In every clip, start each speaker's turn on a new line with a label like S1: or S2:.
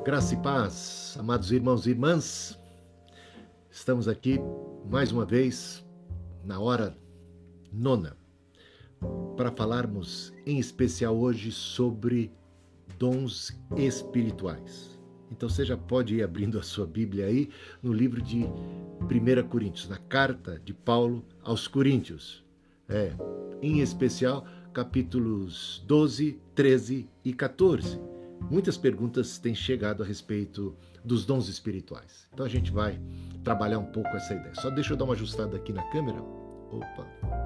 S1: Graça e paz, amados irmãos e irmãs, estamos aqui mais uma vez na hora nona para falarmos em especial hoje sobre dons espirituais. Então você já pode ir abrindo a sua Bíblia aí no livro de 1 Coríntios, na carta de Paulo aos Coríntios. Em especial capítulos 12, 13 e 14. Muitas perguntas têm chegado a respeito dos dons espirituais. Então a gente vai trabalhar um pouco essa ideia. Só deixa eu dar uma ajustada aqui na câmera. Opa!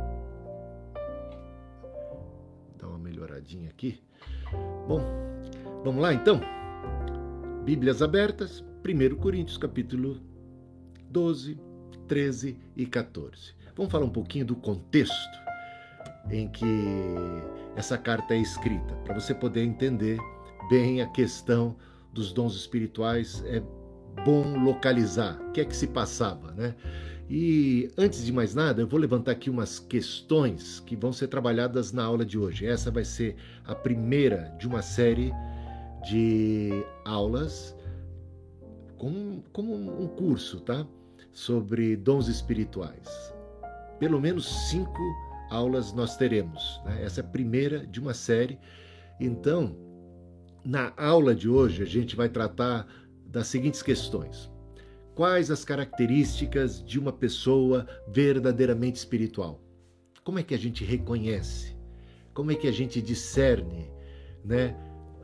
S1: Dá uma melhoradinha aqui. Bom, vamos lá então? Bíblias abertas, 1 Coríntios, capítulo 12, 13 e 14. Vamos falar um pouquinho do contexto em que essa carta é escrita, para você poder entender bem a questão dos dons espirituais. É bom localizar o que é que se passava, né? E antes de mais nada, eu vou levantar aqui umas questões que vão ser trabalhadas na aula de hoje. Essa vai ser a primeira de uma série de aulas como um curso, tá? Sobre dons espirituais. Pelo menos 5 aulas nós teremos, né? Essa é a primeira de uma série. Então, na aula de hoje, a gente vai tratar das seguintes questões. Quais as características de uma pessoa verdadeiramente espiritual? Como é que a gente reconhece? Como é que a gente discerne, né,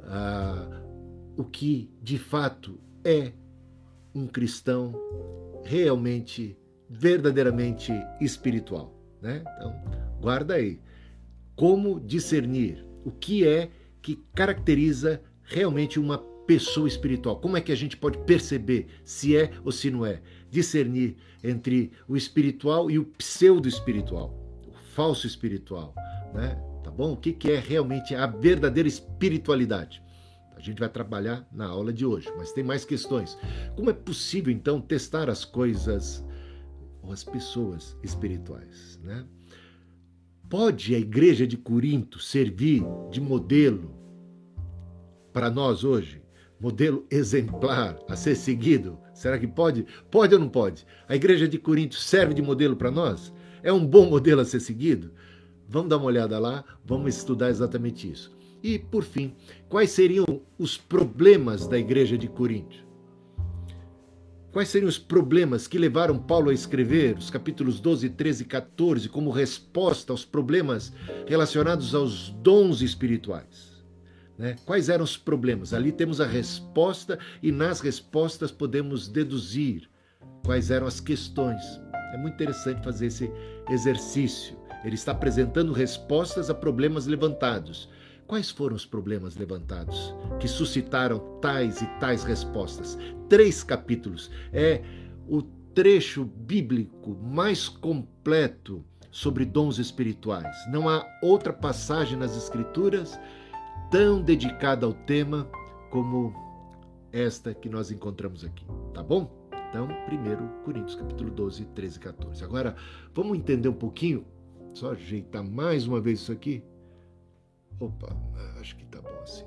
S1: o que de fato é um cristão realmente, verdadeiramente espiritual, né? Então, guarda aí. Como discernir o que é que caracteriza realmente uma pessoa espiritual? Como é que a gente pode perceber se é ou se não é? Discernir entre o espiritual e o pseudo-espiritual, o falso espiritual, né? Tá bom? O que é realmente a verdadeira espiritualidade? A gente vai trabalhar na aula de hoje, mas tem mais questões. Como é possível, então, testar as coisas ou as pessoas espirituais, né? Pode a igreja de Corinto servir de modelo para nós hoje? Modelo exemplar a ser seguido? Será que pode? Pode ou não pode? A igreja de Corinto serve de modelo para nós? É um bom modelo a ser seguido? Vamos dar uma olhada lá, vamos estudar exatamente isso. E, por fim, quais seriam os problemas da igreja de Corinto? Quais seriam os problemas que levaram Paulo a escrever os capítulos 12, 13 e 14 como resposta aos problemas relacionados aos dons espirituais? Né? Quais eram os problemas? Ali temos a resposta e nas respostas podemos deduzir quais eram as questões. É muito interessante fazer esse exercício. Ele está apresentando respostas a problemas levantados. Quais foram os problemas levantados que suscitaram tais e tais respostas? 3 capítulos. É o trecho bíblico mais completo sobre dons espirituais. Não há outra passagem nas Escrituras tão dedicada ao tema como esta que nós encontramos aqui. Tá bom? Então, 1 Coríntios, capítulo 12, 13 e 14. Agora, vamos entender um pouquinho, só ajeitar mais uma vez isso aqui. Opa, acho que tá bom assim.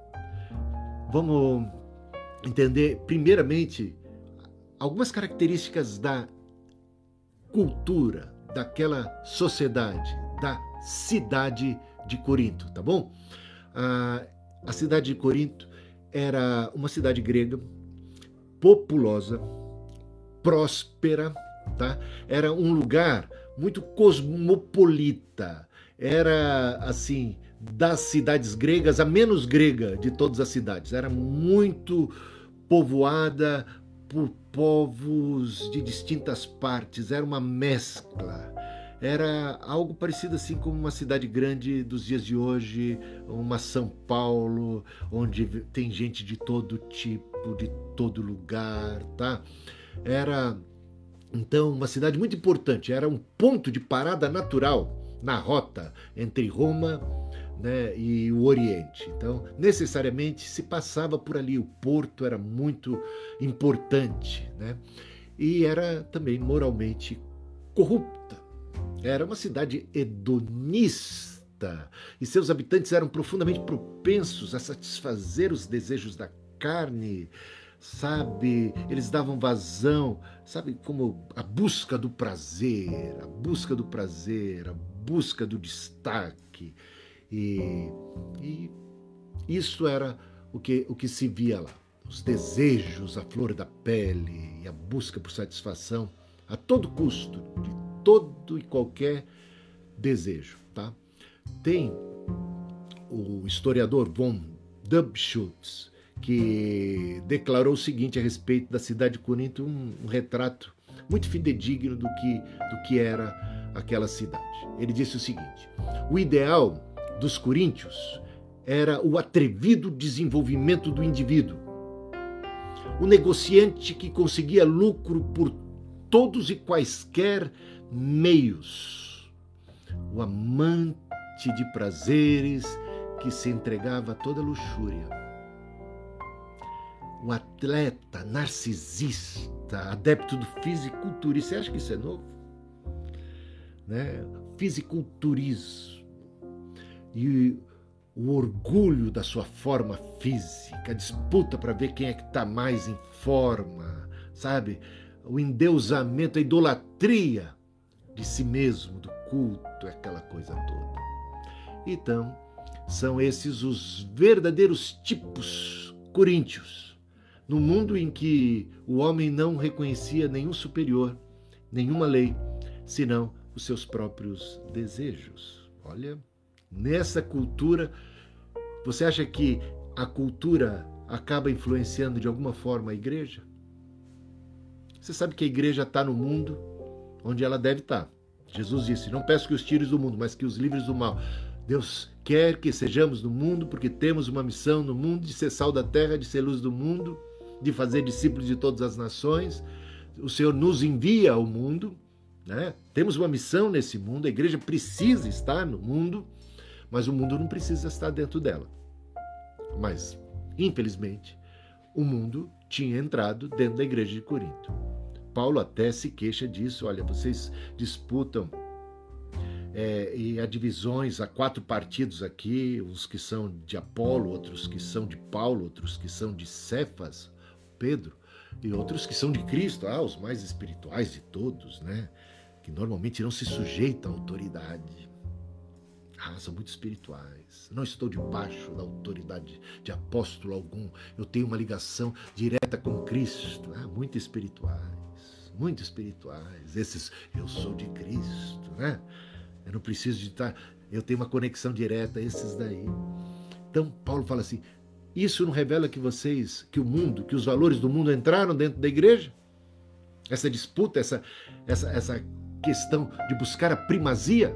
S1: Vamos entender, primeiramente, algumas características da cultura daquela sociedade, da cidade de Corinto, tá bom? A cidade de Corinto era uma cidade grega, populosa, próspera, tá? Era um lugar muito cosmopolita. Era, assim, das cidades gregas, a menos grega de todas as cidades. Era muito povoada por povos de distintas partes, era uma mescla. Era algo parecido assim como uma cidade grande dos dias de hoje, uma São Paulo, onde tem gente de todo tipo, de todo lugar, tá? Era, então, uma cidade muito importante, era um ponto de parada natural na rota entre Roma, né, e o Oriente. Então, necessariamente se passava por ali. O porto era muito importante, né? E era também moralmente corrupta. Era uma cidade hedonista e seus habitantes eram profundamente propensos a satisfazer os desejos da carne, sabe? Eles davam vazão, sabe, como a busca do prazer, a busca do prazer, a busca do destaque. E isso era o que se via lá. Os desejos, a flor da pele e a busca por satisfação a todo custo, de todo e qualquer desejo. Tá? Tem o historiador von Dobschutz, que declarou o seguinte a respeito da cidade de Corinto, um retrato muito fidedigno do que era aquela cidade. Ele disse o seguinte: o ideal dos coríntios era o atrevido desenvolvimento do indivíduo, o negociante que conseguia lucro por todos e quaisquer meios, o amante de prazeres que se entregava a toda luxúria, o atleta narcisista, adepto do fisiculturismo. Você acha que isso é novo? Né? Fisiculturismo e o orgulho da sua forma física, a disputa para ver quem é que está mais em forma, sabe? O endeusamento, a idolatria de si mesmo, do culto, aquela coisa toda. Então, são esses os verdadeiros tipos coríntios, no mundo em que o homem não reconhecia nenhum superior, nenhuma lei, senão os seus próprios desejos. Olha, nessa cultura, você acha que a cultura acaba influenciando de alguma forma a igreja? Você sabe que a igreja está no mundo onde ela deve estar. Jesus disse: não peço que os tires do mundo, mas que os livres do mal. Deus quer que sejamos no mundo porque temos uma missão no mundo de ser sal da terra, de ser luz do mundo, de fazer discípulos de todas as nações. O Senhor nos envia ao mundo, né? Temos uma missão nesse mundo, a igreja precisa estar no mundo, mas o mundo não precisa estar dentro dela. Mas, infelizmente, o mundo tinha entrado dentro da igreja de Corinto. Paulo até se queixa disso. Olha, vocês disputam e há divisões, há 4 partidos aqui, uns que são de Apolo, outros que são de Paulo, outros que são de Cefas, Pedro, e outros que são de Cristo, os mais espirituais de todos, né? Que normalmente não se sujeitam à autoridade. São muito espirituais. Não estou debaixo da autoridade de apóstolo algum. Eu tenho uma ligação direta com Cristo. Muito espirituais. Muito espirituais. Esses, eu sou de Cristo, né? Eu não preciso de estar... Eu tenho uma conexão direta, esses daí. Então, Paulo fala assim, isso não revela que que o mundo, que os valores do mundo entraram dentro da igreja? Essa disputa, essa questão de buscar a primazia?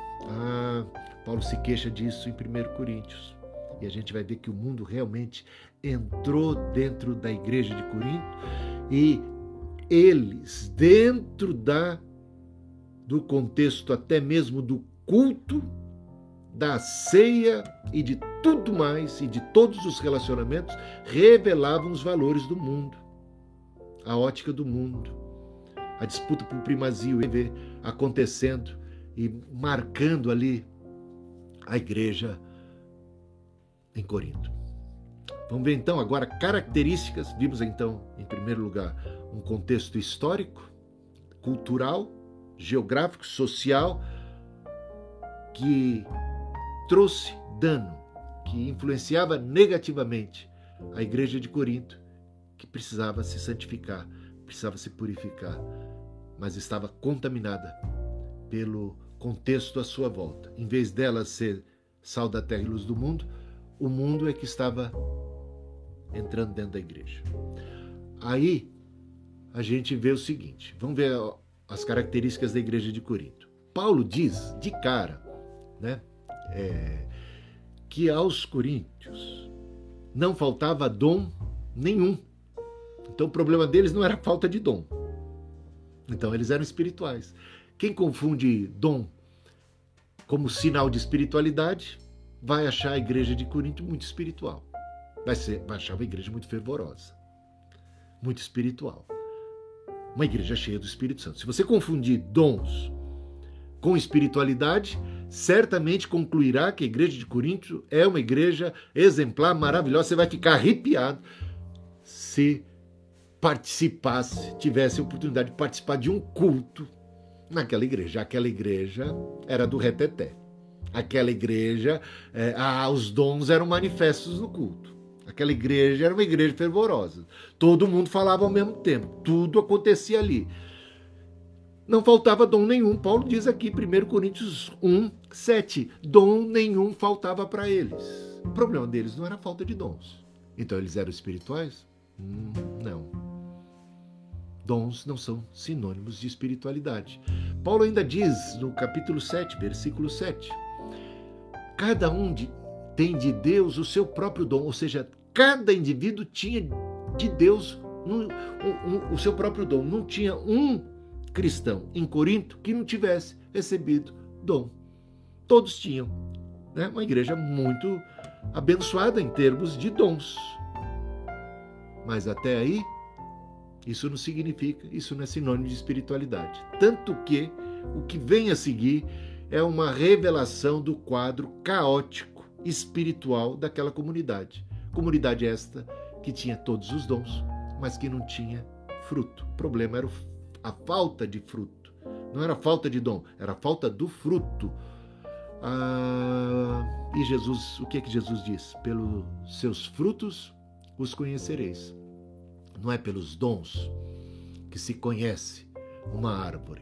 S1: Paulo se queixa disso em 1 Coríntios. E a gente vai ver que o mundo realmente entrou dentro da igreja de Corinto e eles, dentro do contexto até mesmo do culto, da ceia e de tudo mais, e de todos os relacionamentos, revelavam os valores do mundo, a ótica do mundo, a disputa por primazia, e ver acontecendo e marcando ali a igreja em Corinto. Vamos ver então agora características. Vimos então, em primeiro lugar, um contexto histórico, cultural, geográfico, social, que trouxe dano, que influenciava negativamente a igreja de Corinto, que precisava se santificar, precisava se purificar, mas estava contaminada pelo contexto à sua volta. Em vez dela ser sal da terra e luz do mundo, o mundo é que estava entrando dentro da igreja. Aí a gente vê o seguinte, vamos ver as características da igreja de Corinto. Paulo diz de cara, né, que aos coríntios não faltava dom nenhum. Então o problema deles não era falta de dom. Então eles eram espirituais. Quem confunde dom como sinal de espiritualidade vai achar a igreja de Corinto muito espiritual. Vai achar uma igreja muito fervorosa, muito espiritual. Uma igreja cheia do Espírito Santo. Se você confundir dons com espiritualidade, certamente concluirá que a igreja de Corinto é uma igreja exemplar, maravilhosa. Você vai ficar arrepiado se participasse, tivesse a oportunidade de participar de um culto naquela igreja. Aquela igreja era do reteté. Aquela igreja, os dons eram manifestos no culto. Aquela igreja era uma igreja fervorosa. Todo mundo falava ao mesmo tempo. Tudo acontecia ali. Não faltava dom nenhum. Paulo diz aqui, 1 Coríntios 1, 7. Dom nenhum faltava para eles. O problema deles não era a falta de dons. Então eles eram espirituais? Não. Dons não são sinônimos de espiritualidade. Paulo ainda diz no capítulo 7, versículo 7. Cada um tem de Deus o seu próprio dom. Ou seja, cada indivíduo tinha de Deus o seu próprio dom. Não tinha um cristão em Corinto que não tivesse recebido dom. Todos tinham, né? Uma igreja muito abençoada em termos de dons. Mas até aí, isso não significa, isso não é sinônimo de espiritualidade. Tanto que o que vem a seguir é uma revelação do quadro caótico espiritual daquela comunidade. Comunidade esta que tinha todos os dons, mas que não tinha fruto. O problema era a falta de fruto. Não era a falta de dom, era a falta do fruto. E Jesus, o que é que Jesus diz? Pelos seus frutos os conhecereis. Não é pelos dons que se conhece uma árvore,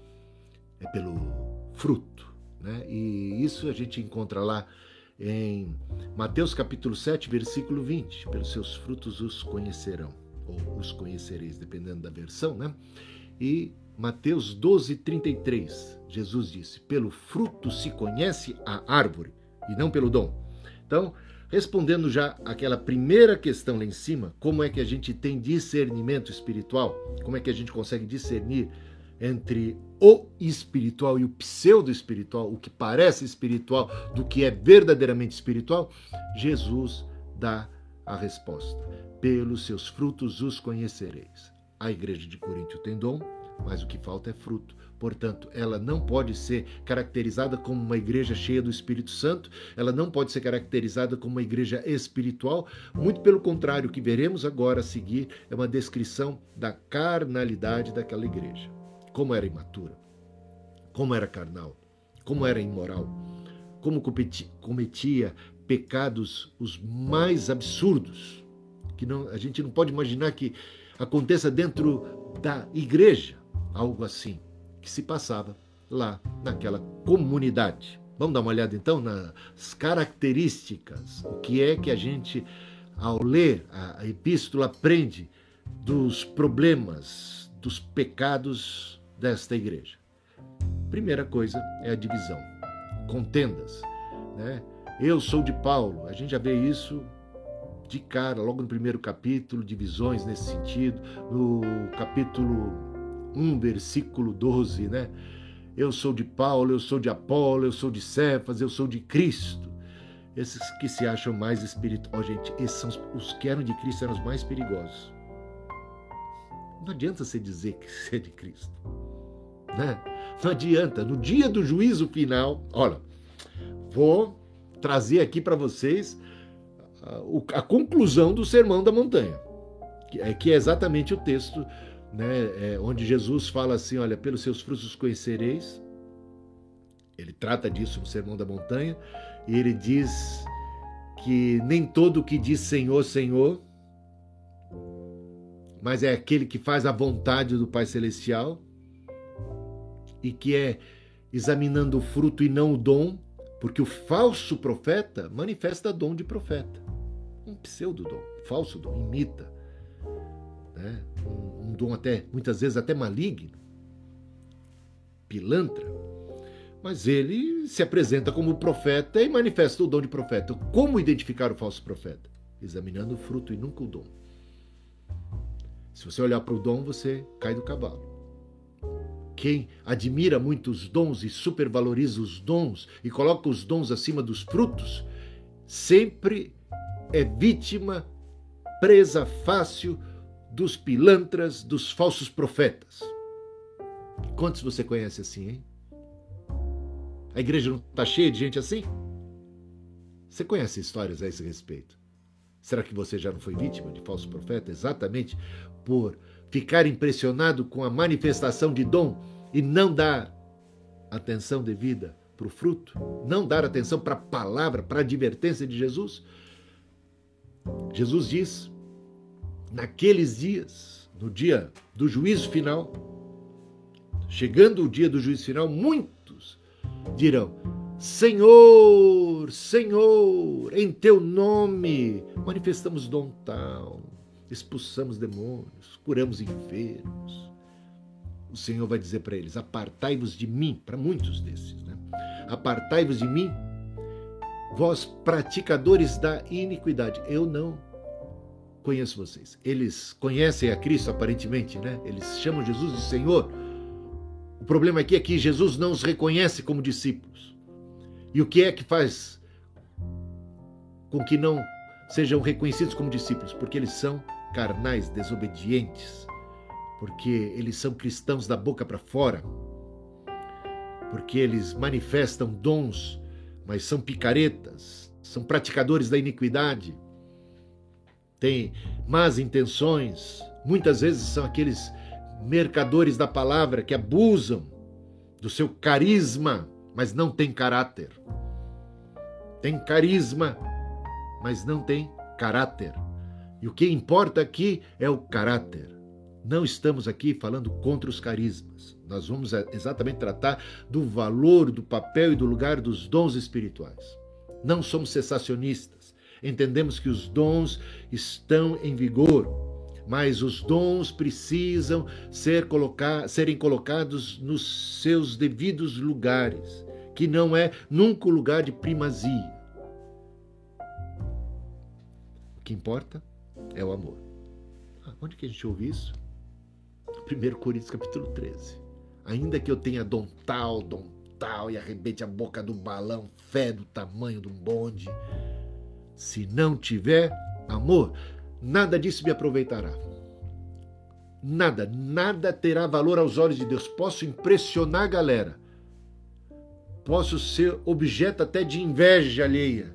S1: é pelo fruto, né? E isso a gente encontra lá em Mateus capítulo 7, versículo 20. Pelos seus frutos os conhecerão, ou os conhecereis, dependendo da versão, né? E Mateus 12, 33, Jesus disse, pelo fruto se conhece a árvore, e não pelo dom. Então, respondendo já aquela primeira questão lá em cima, como é que a gente tem discernimento espiritual? Como é que a gente consegue discernir entre o espiritual e o pseudo-espiritual, o que parece espiritual do que é verdadeiramente espiritual? Jesus dá a resposta. Pelos seus frutos os conhecereis. A igreja de Corinto tem dom, mas o que falta é fruto. Portanto, ela não pode ser caracterizada como uma igreja cheia do Espírito Santo, ela não pode ser caracterizada como uma igreja espiritual, muito pelo contrário, o que veremos agora a seguir é uma descrição da carnalidade daquela igreja. Como era imatura, como era carnal, como era imoral, como cometia pecados os mais absurdos, que a gente não pode imaginar que aconteça dentro da igreja, algo assim que se passava lá naquela comunidade. Vamos dar uma olhada então nas características, o que é que a gente, ao ler a epístola, aprende dos problemas, dos pecados desta igreja. Primeira coisa é a divisão, contendas, né? Eu sou de Paulo, a gente já vê isso de cara, logo no primeiro capítulo, divisões nesse sentido, no capítulo 1, versículo 12, né? Eu sou de Paulo, eu sou de Apolo, eu sou de Cefas, eu sou de Cristo. Esses que se acham mais espirituais, gente, esses são os que eram de Cristo, eram os mais perigosos. Não adianta você dizer que você é de Cristo, né? Não adianta. No dia do juízo final, olha, vou trazer aqui para vocês a conclusão do Sermão da Montanha, que é exatamente o texto, né, onde Jesus fala assim, olha, pelos seus frutos os conhecereis. Ele trata disso no Sermão da Montanha, e ele diz que nem todo o que diz Senhor, Senhor, mas é aquele que faz a vontade do Pai Celestial, e que é examinando o fruto e não o dom, porque o falso profeta manifesta dom de profeta, um pseudo-dom, falso dom, imita, né? Um dom até, muitas vezes até maligno, pilantra, mas ele se apresenta como profeta e manifesta o dom de profeta. Como identificar o falso profeta? Examinando o fruto e nunca o dom. Se você olhar para o dom, você cai do cavalo. Quem admira muito os dons e supervaloriza os dons e coloca os dons acima dos frutos, sempre é vítima, presa fácil dos pilantras, dos falsos profetas. Quantos você conhece assim, hein? A igreja não está cheia de gente assim? Você conhece histórias a esse respeito? Será que você já não foi vítima de falso profeta exatamente por ficar impressionado com a manifestação de dom e não dar atenção devida para o fruto? Não dar atenção para a palavra, para a advertência de Jesus? Jesus diz, naqueles dias, no dia do juízo final, chegando o dia do juízo final, muitos dirão: Senhor, Senhor, em teu nome manifestamos dom tal, expulsamos demônios, curamos enfermos. O Senhor vai dizer para eles: apartai-vos de mim, para muitos desses, né? Apartai-vos de mim, vós praticadores da iniquidade. Eu não conheço vocês. Eles conhecem a Cristo aparentemente, né? Eles chamam Jesus de Senhor. O problema aqui é que Jesus não os reconhece como discípulos. E o que é que faz com que não sejam reconhecidos como discípulos? Porque eles são carnais, desobedientes. Porque eles são cristãos da boca para fora. Porque eles manifestam dons, mas são picaretas, são praticadores da iniquidade, têm más intenções. Muitas vezes são aqueles mercadores da palavra que abusam do seu carisma, mas não têm caráter. Tem carisma, mas não tem caráter. E o que importa aqui é o caráter. Não estamos aqui falando contra os carismas. Nós vamos exatamente tratar do valor, do papel e do lugar dos dons espirituais. Não somos cessacionistas. Entendemos que os dons estão em vigor, mas os dons precisam serem colocados nos seus devidos lugares, que não é nunca o lugar de primazia. O que importa é o amor. Onde que a gente ouve isso? 1 Coríntios capítulo 13. Ainda que eu tenha dom tal, e arrebente a boca do balão, fé do tamanho de um bonde, se não tiver amor, nada disso me aproveitará. Nada terá valor aos olhos de Deus. Posso impressionar a galera. Posso ser objeto até de inveja alheia.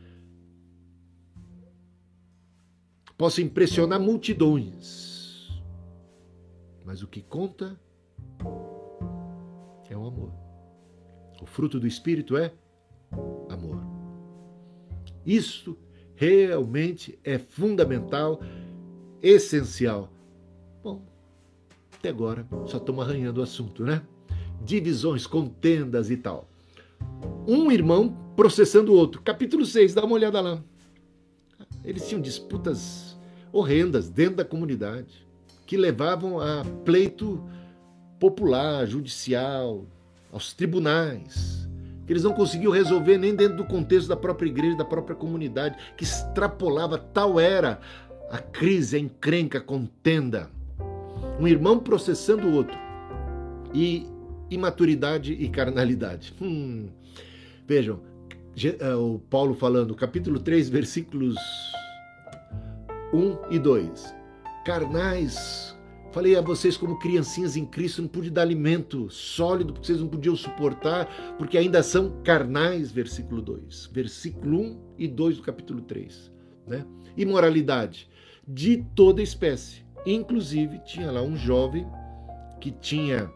S1: Posso impressionar multidões. Mas o que conta é o amor. O fruto do Espírito é amor. Isso realmente é fundamental, essencial. Bom, até agora só estamos arranhando o assunto, né? Divisões, contendas e tal. Um irmão processando o outro. Capítulo 6, dá uma olhada lá. Eles tinham disputas horrendas dentro da comunidade, que levavam a pleito popular, judicial, aos tribunais, que eles não conseguiam resolver nem dentro do contexto da própria igreja, da própria comunidade, que extrapolava, tal era a crise, a encrenca, a contenda. Um irmão processando o outro. E imaturidade e carnalidade. Vejam, o Paulo falando, capítulo 3, versículos 1 e 2. Carnais, falei a vocês como criancinhas em Cristo, não pude dar alimento sólido, porque vocês não podiam suportar, porque ainda são carnais, versículo 2. Versículo 1 e 2 do capítulo 3. Né? Imoralidade de toda espécie. Inclusive, tinha lá um jovem que tinha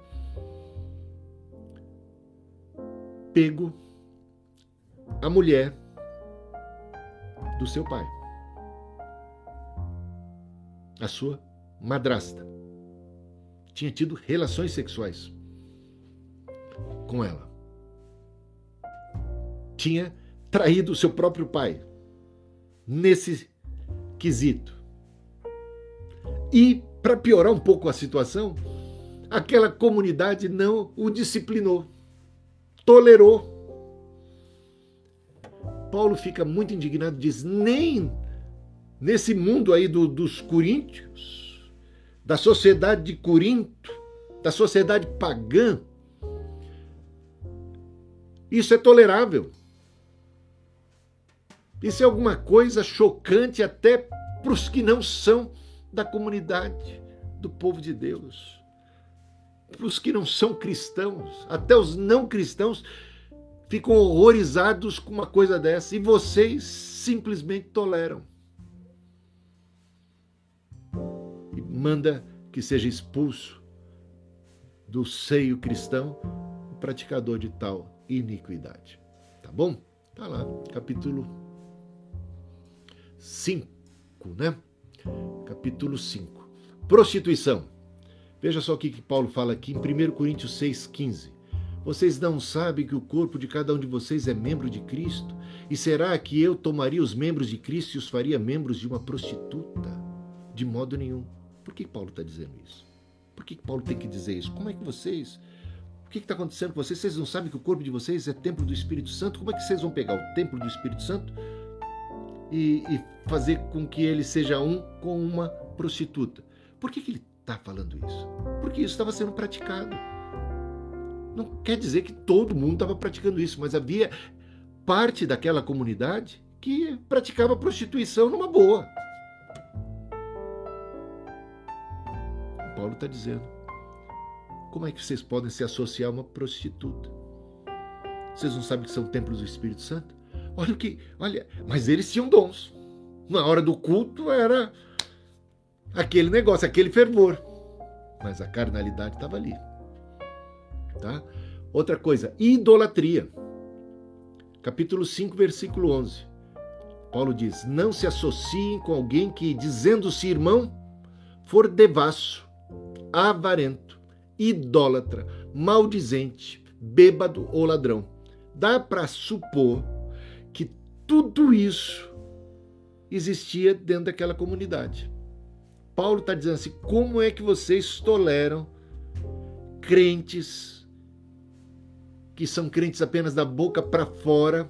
S1: pego a mulher do seu pai, a sua madrasta. Tinha tido relações sexuais com ela. Tinha traído o seu próprio pai nesse quesito. E, para piorar um pouco a situação, aquela comunidade não o disciplinou, tolerou. Paulo fica muito indignado, diz, nem nesse mundo aí dos coríntios, da sociedade de Corinto, da sociedade pagã, isso é tolerável. Isso é alguma coisa chocante até para os que não são da comunidade, do povo de Deus. Para os que não são cristãos, até os não cristãos ficam horrorizados com uma coisa dessa e vocês simplesmente toleram. manda que seja expulso do seio cristão o praticador de tal iniquidade. Tá bom? Tá lá, capítulo 5, né? Capítulo 5. Prostituição. Veja só o que Paulo fala aqui em 1 Coríntios 6,15. Vocês não sabem que o corpo de cada um de vocês é membro de Cristo? E será que eu tomaria os membros de Cristo e os faria membros de uma prostituta? De modo nenhum. Por que Paulo está dizendo isso? Por que Paulo tem que dizer isso? Como é que vocês... O que está acontecendo com vocês? Vocês não sabem que o corpo de vocês é templo do Espírito Santo? Como é que vocês vão pegar o templo do Espírito Santo e fazer com que ele seja um com uma prostituta? Por que ele está falando isso? Porque isso estava sendo praticado. Não quer dizer que todo mundo estava praticando isso, mas havia parte daquela comunidade que praticava prostituição numa boa. Paulo está dizendo, como é que vocês podem se associar a uma prostituta? Vocês não sabem que são templos do Espírito Santo? Olha, mas eles tinham dons. Na hora do culto era aquele negócio, aquele fervor. Mas a carnalidade estava ali. Tá? Outra coisa, idolatria. Capítulo 5, versículo 11. Paulo diz, não se associem com alguém que, dizendo-se irmão, for devasso, avarento, idólatra, maldizente, bêbado ou ladrão. Dá para supor que tudo isso existia dentro daquela comunidade. Paulo está dizendo assim, como é que vocês toleram crentes que são crentes apenas da boca para fora,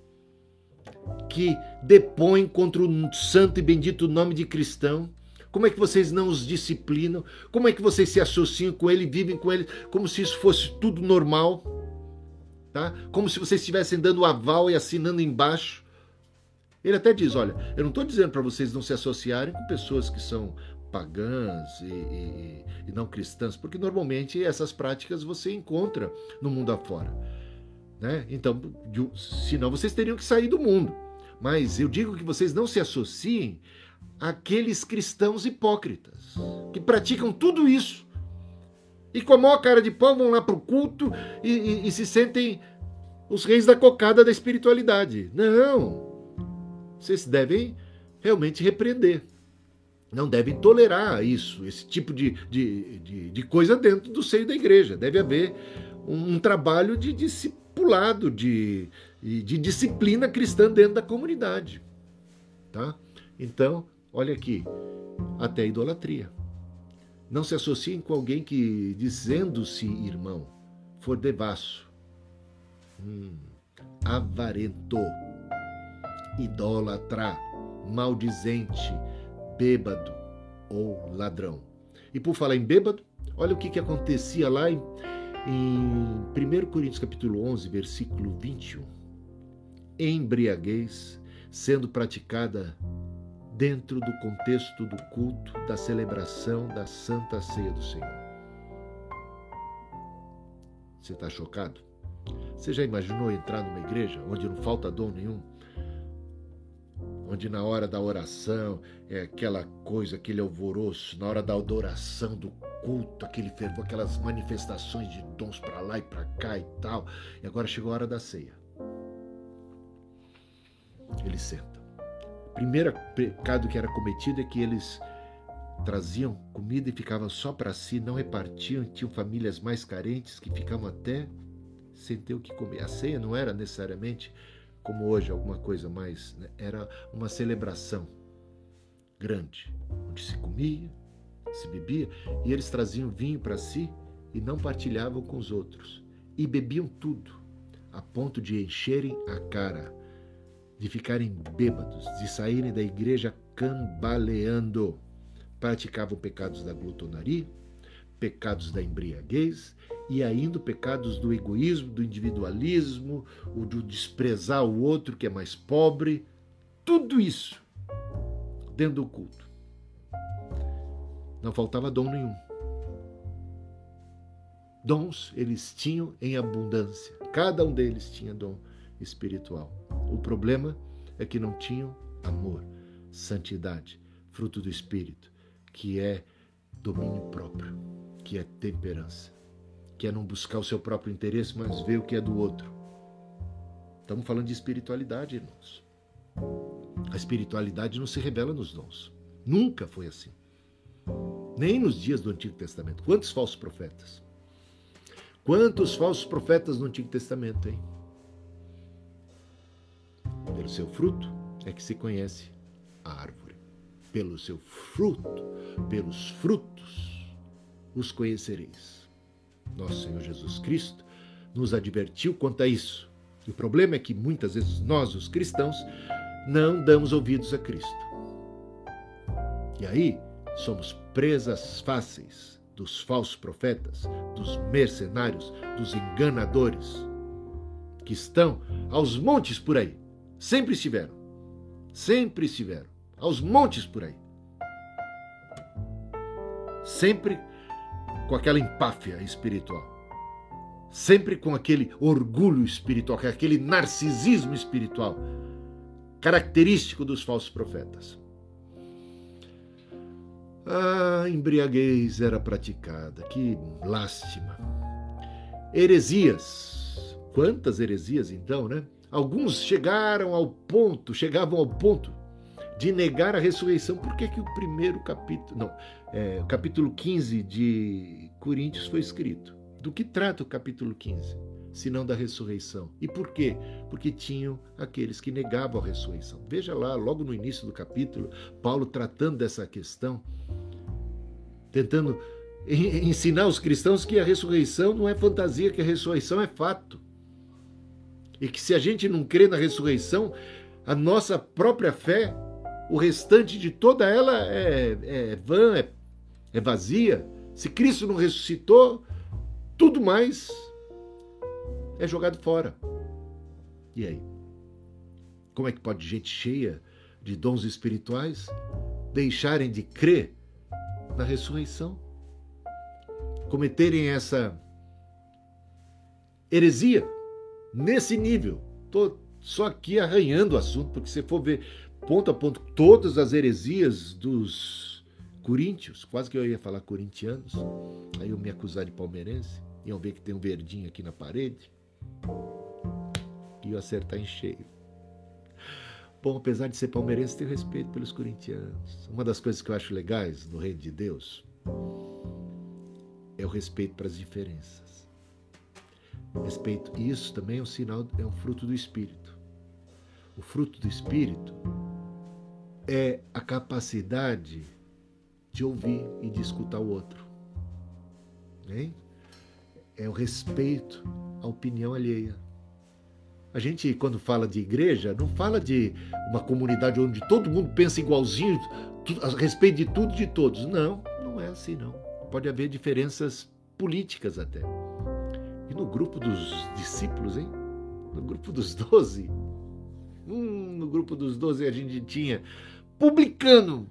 S1: que depõem contra o santo e bendito nome de cristão? Como é que vocês não os disciplinam? Como é que vocês se associam com ele, vivem com ele, como se isso fosse tudo normal? Tá? Como se vocês estivessem dando aval e assinando embaixo. Ele até diz, olha, eu não estou dizendo para vocês não se associarem com pessoas que são pagãs e não cristãs, porque normalmente essas práticas você encontra no mundo afora. Né? Então, senão vocês teriam que sair do mundo. Mas eu digo que vocês não se associem àqueles cristãos hipócritas, que praticam tudo isso. E com a maior cara de pau vão lá para o culto e se sentem os reis da cocada da espiritualidade. Não! Vocês devem realmente repreender. Não devem tolerar isso, esse tipo de coisa dentro do seio da igreja. Deve haver um trabalho de discipulado, de disciplina cristã dentro da comunidade. Tá? Então, olha aqui, até a idolatria. Não se associem com alguém que, dizendo-se irmão, for devasso, avarento, idólatra, maldizente, bêbado ou ladrão. E por falar em bêbado, olha o que acontecia lá em 1 Coríntios capítulo 11, versículo 21. Embriaguez sendo praticada dentro do contexto do culto, da celebração da Santa Ceia do Senhor. Você está chocado? Você já imaginou entrar numa igreja onde não falta dom nenhum? Onde na hora da oração é aquela coisa, aquele alvoroço, na hora da adoração, do culto, aquele fervor, aquelas manifestações de dons para lá e para cá e tal. E agora chegou a hora da ceia. Eles sentam. Primeiro pecado que era cometido é que eles traziam comida e ficavam só para si, não repartiam, tinham famílias mais carentes que ficavam até sem ter o que comer. A ceia não era necessariamente como hoje, alguma coisa mais, né? Era uma celebração grande, onde se comia, se bebia, e eles traziam vinho para si e não partilhavam com os outros. E bebiam tudo, a ponto de encherem a cara, de ficarem bêbados, de saírem da igreja cambaleando. Praticavam pecados da glutonaria, pecados da embriaguez e ainda pecados do egoísmo, do individualismo, o de desprezar o outro que é mais pobre. Tudo isso dentro do culto. Não faltava dom nenhum. Dons eles tinham em abundância. Cada um deles tinha dom espiritual. O problema é que não tinham amor, santidade, fruto do Espírito, que é domínio próprio, que é temperança, que é não buscar o seu próprio interesse, mas ver o que é do outro. Estamos falando de espiritualidade, irmãos. A espiritualidade não se revela nos dons. Nunca foi assim. Nem nos dias do Antigo Testamento. Quantos falsos profetas? Quantos falsos profetas no Antigo Testamento, hein? Pelo seu fruto é que se conhece a árvore. Pelo seu fruto, pelos frutos, os conhecereis. Nosso Senhor Jesus Cristo nos advertiu quanto a isso. E o problema é que muitas vezes nós, os cristãos, não damos ouvidos a Cristo. E aí somos presas fáceis dos falsos profetas, dos mercenários, dos enganadores, que estão aos montes por aí. Sempre estiveram, aos montes por aí. Sempre com aquela empáfia espiritual, sempre com aquele orgulho espiritual, com aquele narcisismo espiritual, característico dos falsos profetas. A embriaguez era praticada, que lástima. Heresias, quantas heresias então, né? Alguns chegavam ao ponto de negar a ressurreição. Por que o primeiro capítulo, o capítulo 15 de Coríntios foi escrito? Do que trata o capítulo 15? Senão da ressurreição. E por quê? Porque tinham aqueles que negavam a ressurreição. Veja lá, logo no início do capítulo, Paulo tratando dessa questão, tentando ensinar os cristãos que a ressurreição não é fantasia, que a ressurreição é fato. E que se a gente não crê na ressurreição, a nossa própria fé, o restante de toda ela é vã, é vazia. Se Cristo não ressuscitou, tudo mais é jogado fora. E aí? Como é que pode gente cheia de dons espirituais deixarem de crer na ressurreição? Cometerem essa heresia nesse nível? Estou só aqui arranhando o assunto, porque se for ver ponto a ponto todas as heresias dos coríntios, quase que eu ia falar corintianos, aí eu me acusar de palmeirense, iam ver que tem um verdinho aqui na parede, e eu acertar em cheio. Bom, apesar de ser palmeirense, tenho respeito pelos corintianos. Uma das coisas que eu acho legais no reino de Deus é o respeito para as diferenças. Respeito, isso também é um sinal, é um fruto do Espírito. O fruto do Espírito é a capacidade de ouvir e de escutar o outro. Hein? É o respeito à opinião alheia. A gente, quando fala de igreja, não fala de uma comunidade onde todo mundo pensa igualzinho a respeito de tudo e de todos. Não, não é assim, não. Pode haver diferenças políticas até. E no grupo dos discípulos, hein? No grupo dos 12. No grupo dos 12 a gente tinha publicano.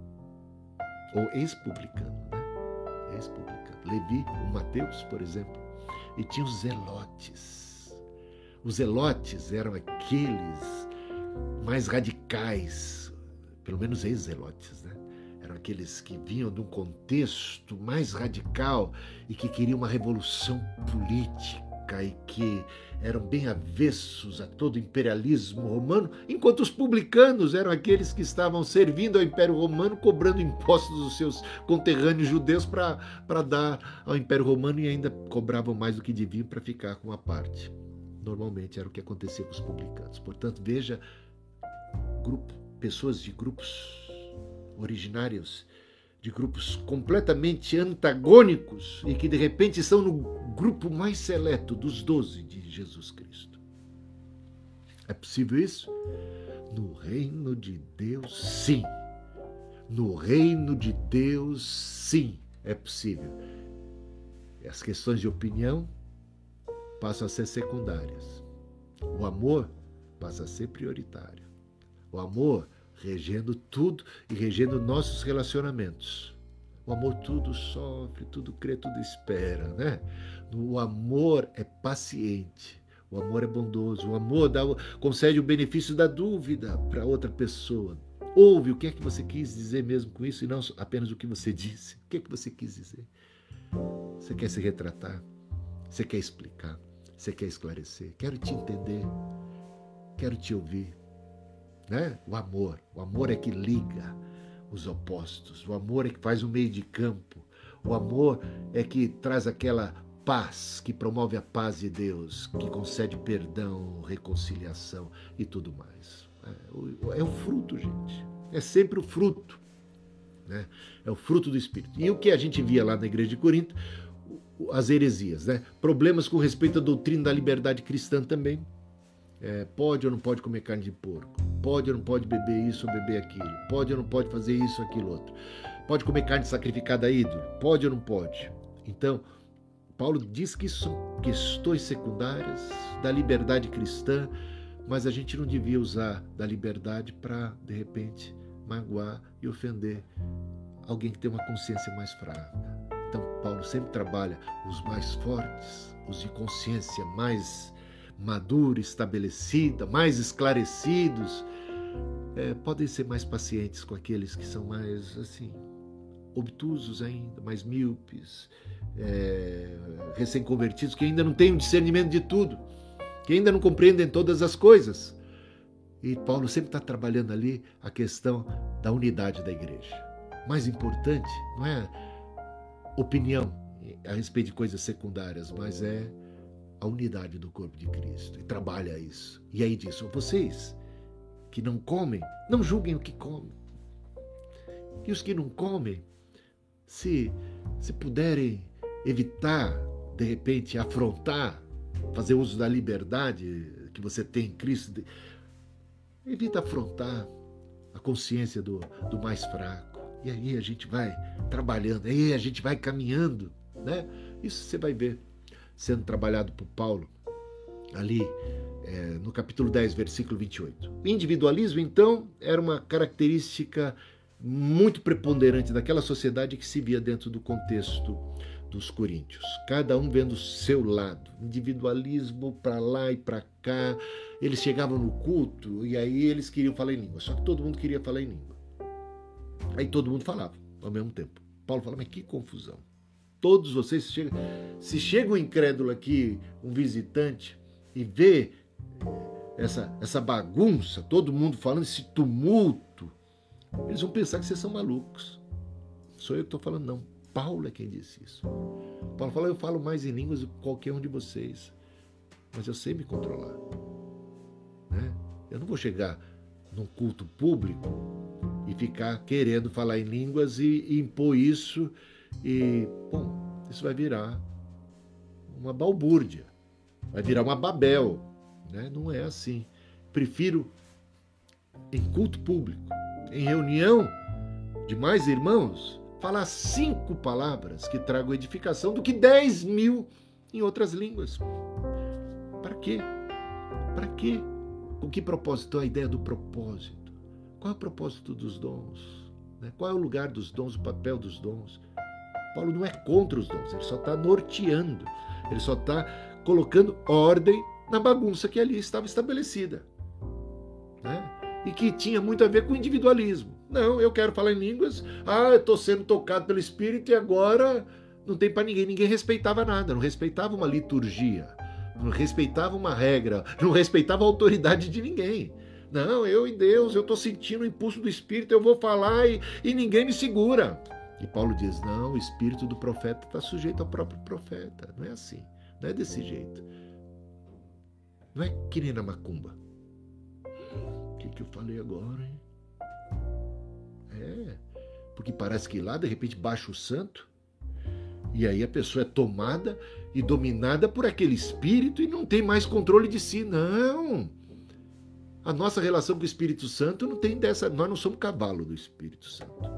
S1: Ou ex-publicano, né? Ex-publicano. Levi, o Mateus, por exemplo. E tinha os zelotes. Os zelotes eram aqueles mais radicais, pelo menos ex-zelotes, né? Eram aqueles que vinham de um contexto mais radical e que queriam uma revolução política e que eram bem avessos a todo o imperialismo romano, enquanto os publicanos eram aqueles que estavam servindo ao Império Romano, cobrando impostos dos seus conterrâneos judeus para dar ao Império Romano, e ainda cobravam mais do que deviam para ficar com a parte. Normalmente era o que acontecia com os publicanos. Portanto, veja, pessoas de grupos originários, de grupos completamente antagônicos e que de repente estão no grupo mais seleto dos 12 de Jesus Cristo. É possível isso? No reino de Deus, sim. No reino de Deus, sim, é possível. E as questões de opinião passam a ser secundárias. O amor passa a ser prioritário. O amor regendo tudo e regendo nossos relacionamentos. O amor tudo sofre, tudo crê, tudo espera, né? O amor é paciente, o amor é bondoso, o amor concede o benefício da dúvida para outra pessoa. Ouve o que é que você quis dizer mesmo com isso e não apenas o que você disse. O que é que você quis dizer? Você quer se retratar? Você quer explicar? Você quer esclarecer? Quero te entender. Quero te ouvir. Né? O amor é que liga os opostos. O amor é que faz o meio de campo. O amor é que traz aquela paz, que promove a paz de Deus, que concede perdão, reconciliação e tudo mais. É o fruto, gente. É sempre o fruto. Né? É o fruto do Espírito. E o que a gente via lá na igreja de Corinto, as heresias, né? Problemas com respeito à doutrina da liberdade cristã também. Pode ou não pode comer carne de porco? Pode ou não pode beber isso ou beber aquilo? Pode ou não pode fazer isso ou aquilo outro? Pode comer carne sacrificada a ídolo? Pode ou não pode? Então, Paulo diz que isso são questões secundárias da liberdade cristã, mas a gente não devia usar da liberdade para, de repente, magoar e ofender alguém que tem uma consciência mais fraca. Então, Paulo sempre trabalha os mais fortes, os de consciência mais madura, estabelecida, mais esclarecidos, podem ser mais pacientes com aqueles que são mais, assim, obtusos ainda, mais míopes, recém-convertidos, que ainda não têm um discernimento de tudo, que ainda não compreendem todas as coisas. E Paulo sempre está trabalhando ali a questão da unidade da igreja. Mais importante não é opinião a respeito de coisas secundárias, mas é a unidade do corpo de Cristo. E trabalha isso. E aí diz, vocês que não comem, não julguem o que comem. E os que não comem, se puderem evitar, de repente, afrontar, fazer uso da liberdade que você tem em Cristo, evita afrontar a consciência do mais fraco. E aí a gente vai trabalhando, aí a gente vai caminhando, né? Isso você vai ver sendo trabalhado por Paulo ali no capítulo 10, versículo 28. O individualismo, então, era uma característica muito preponderante daquela sociedade que se via dentro do contexto dos coríntios. Cada um vendo o seu lado. Individualismo para lá e para cá. Eles chegavam no culto e aí eles queriam falar em língua. Só que todo mundo queria falar em língua. Aí todo mundo falava ao mesmo tempo. Paulo fala, mas que confusão. Todos vocês, se chega um incrédulo aqui, um visitante, e vê essa bagunça, todo mundo falando, esse tumulto, eles vão pensar que vocês são malucos. Sou eu que estou falando, não. Paulo é quem disse isso. Paulo fala, eu falo mais em línguas do que qualquer um de vocês, mas eu sei me controlar. Né? Eu não vou chegar num culto público e ficar querendo falar em línguas e impor isso e, bom, isso vai virar uma balbúrdia, vai virar uma Babel, né? Não é assim. Prefiro, em culto público, em reunião de mais irmãos, falar 5 palavras que tragam edificação do que 10.000 em outras línguas. Para quê? Para quê? Com que propósito? A ideia do propósito. Qual é o propósito dos dons? Qual é o lugar dos dons, o papel dos dons? Paulo não é contra os dons, ele só está norteando, ele só está colocando ordem na bagunça que ali estava estabelecida. E que tinha muito a ver com o individualismo. Não, eu quero falar em línguas, eu estou sendo tocado pelo Espírito e agora não tem para ninguém. Ninguém respeitava nada, não respeitava uma liturgia, não respeitava uma regra, não respeitava a autoridade de ninguém. Não, eu e Deus, eu estou sentindo o impulso do Espírito, eu vou falar e ninguém me segura. E Paulo diz, não, o espírito do profeta está sujeito ao próprio profeta. Não é assim, não é desse jeito. Não é que nem na macumba. O que eu falei agora, hein? Porque parece que lá, de repente, baixa o santo, e aí a pessoa é tomada e dominada por aquele espírito e não tem mais controle de si. Não! A nossa relação com o Espírito Santo não tem dessa. Nós não somos cavalo do Espírito Santo.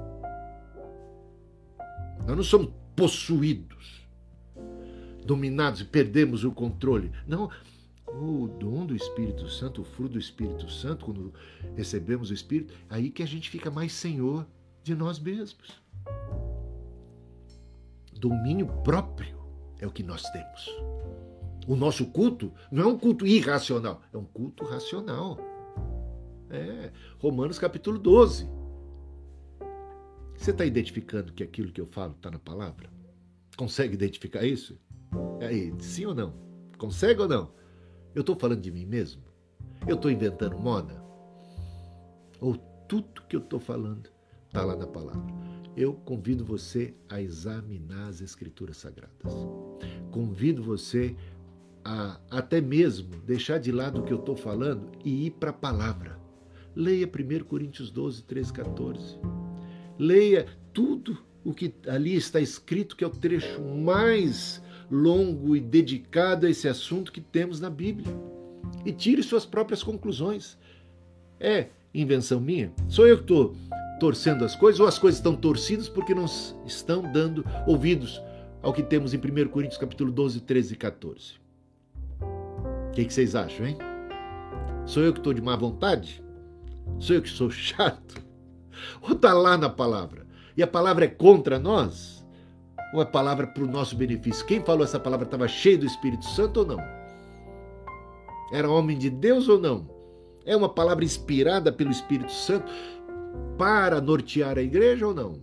S1: Nós não somos possuídos, dominados e perdemos o controle. Não, o dom do Espírito Santo, o fruto do Espírito Santo, quando recebemos o Espírito, aí que a gente fica mais senhor de nós mesmos. Domínio próprio é o que nós temos. O nosso culto não é um culto irracional, é um culto racional. Romanos capítulo 12. Você está identificando que aquilo que eu falo está na palavra? Consegue identificar isso? Aí, sim ou não? Consegue ou não? Eu estou falando de mim mesmo? Eu estou inventando moda? Ou tudo que eu estou falando está lá na palavra? Eu convido você a examinar as Escrituras Sagradas. Convido você a até mesmo deixar de lado o que eu estou falando e ir para a palavra. Leia 1 Coríntios 12, 13, 14. Leia tudo o que ali está escrito, que é o trecho mais longo e dedicado a esse assunto que temos na Bíblia. E tire suas próprias conclusões. É invenção minha? Sou eu que estou torcendo as coisas, ou as coisas estão torcidas porque não estão dando ouvidos ao que temos em 1 Coríntios capítulo 12, 13 e 14? O que vocês acham, hein? Sou eu que estou de má vontade? Sou eu que sou chato? Ou está lá na palavra? E a palavra é contra nós? Ou é palavra para o nosso benefício? Quem falou essa palavra estava cheio do Espírito Santo ou não? Era homem de Deus ou não? É uma palavra inspirada pelo Espírito Santo para nortear a igreja ou não?